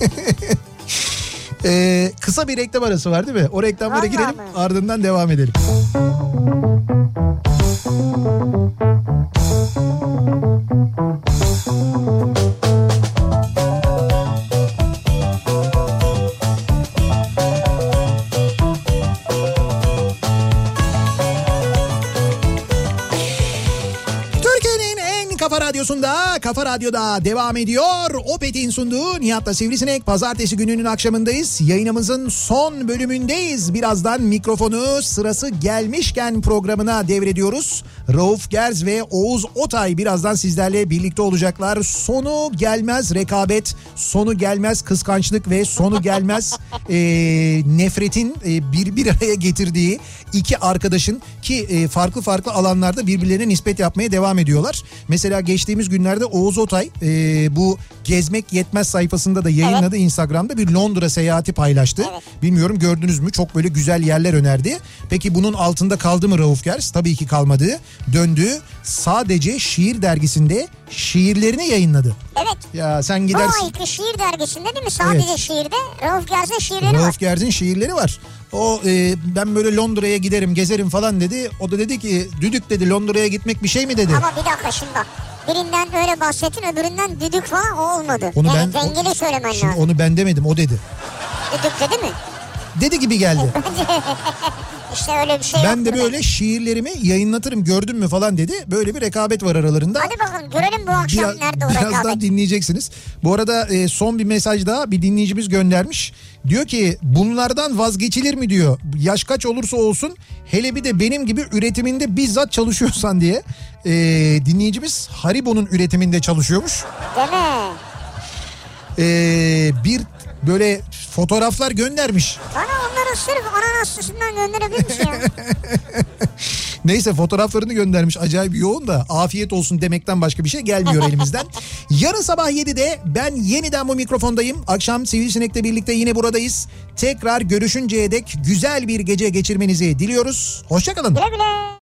Ee, kısa bir reklam arası var değil mi? O reklamlara Vallahi girelim, mi? ardından devam edelim. Kafa Radyosu'nda, Kafa Radyo'da devam ediyor. Opet'in sunduğu Nihat'la Sivrisinek. Pazartesi gününün akşamındayız. Yayınımızın son bölümündeyiz. Birazdan mikrofonu sırası gelmişken programına devrediyoruz. Rauf Gerz ve Oğuz Otay birazdan sizlerle birlikte olacaklar. Sonu gelmez rekabet, sonu gelmez kıskançlık ve sonu gelmez e, nefretin e, bir bir araya getirdiği iki arkadaşın ki e, farklı farklı alanlarda birbirlerine nispet yapmaya devam ediyorlar. Mesela geçtiğimiz günlerde Oğuz Otay e, bu Gezmek Yetmez sayfasında da yayınladı, evet. Instagram'da bir Londra seyahati paylaştı. Evet. Bilmiyorum gördünüz mü, çok böyle güzel yerler önerdi. Peki bunun altında kaldı mı Rauf Gers? Tabii ki kalmadı. Döndü, sadece Şiir dergisinde şiirlerini yayınladı. Evet. Ya sen gidersin. O ayki Şiir dergisinde değil mi? Sadece evet. Şiirde Rauf Gers'in şiirleri Rauf var. Rauf Gers'in şiirleri var. O e, ben böyle Londra'ya giderim, gezerim falan dedi. O da dedi ki düdük dedi, Londra'ya gitmek bir şey mi dedi. Ama bir dakika şimdi bak. Birinden öyle bahsettin, öbüründen düdük falan, o olmadı. Onu yani ben, dengeli söylemen şimdi lazım. Onu ben demedim, o dedi. Düdük dedi mi? Dedi gibi geldi. İşte öyle bir şey ben de böyle ben. şiirlerimi yayınlatırım, gördün mü falan dedi. Böyle bir rekabet var aralarında. Hadi bakalım görelim bu akşam Biraz, nerede o rekabet. Birazdan dinleyeceksiniz. Bu arada e, son bir mesaj daha bir dinleyicimiz göndermiş. Diyor ki bunlardan vazgeçilir mi diyor. Yaş kaç olursa olsun, hele bir de benim gibi üretiminde bizzat çalışıyorsan diye. E, dinleyicimiz Haribo'nun üretiminde çalışıyormuş. Deme. E, bir böyle fotoğraflar göndermiş. Bana onları sırf ananaslısından gönderebilir misin ya? Neyse, fotoğraflarını göndermiş, acayip yoğun da afiyet olsun demekten başka bir şey gelmiyor elimizden. Yarın sabah yedide ben yeniden bu mikrofondayım. Akşam Sivrisinek'le birlikte yine buradayız. Tekrar görüşünceye dek güzel bir gece geçirmenizi diliyoruz. Hoşça kalın. Güle güle.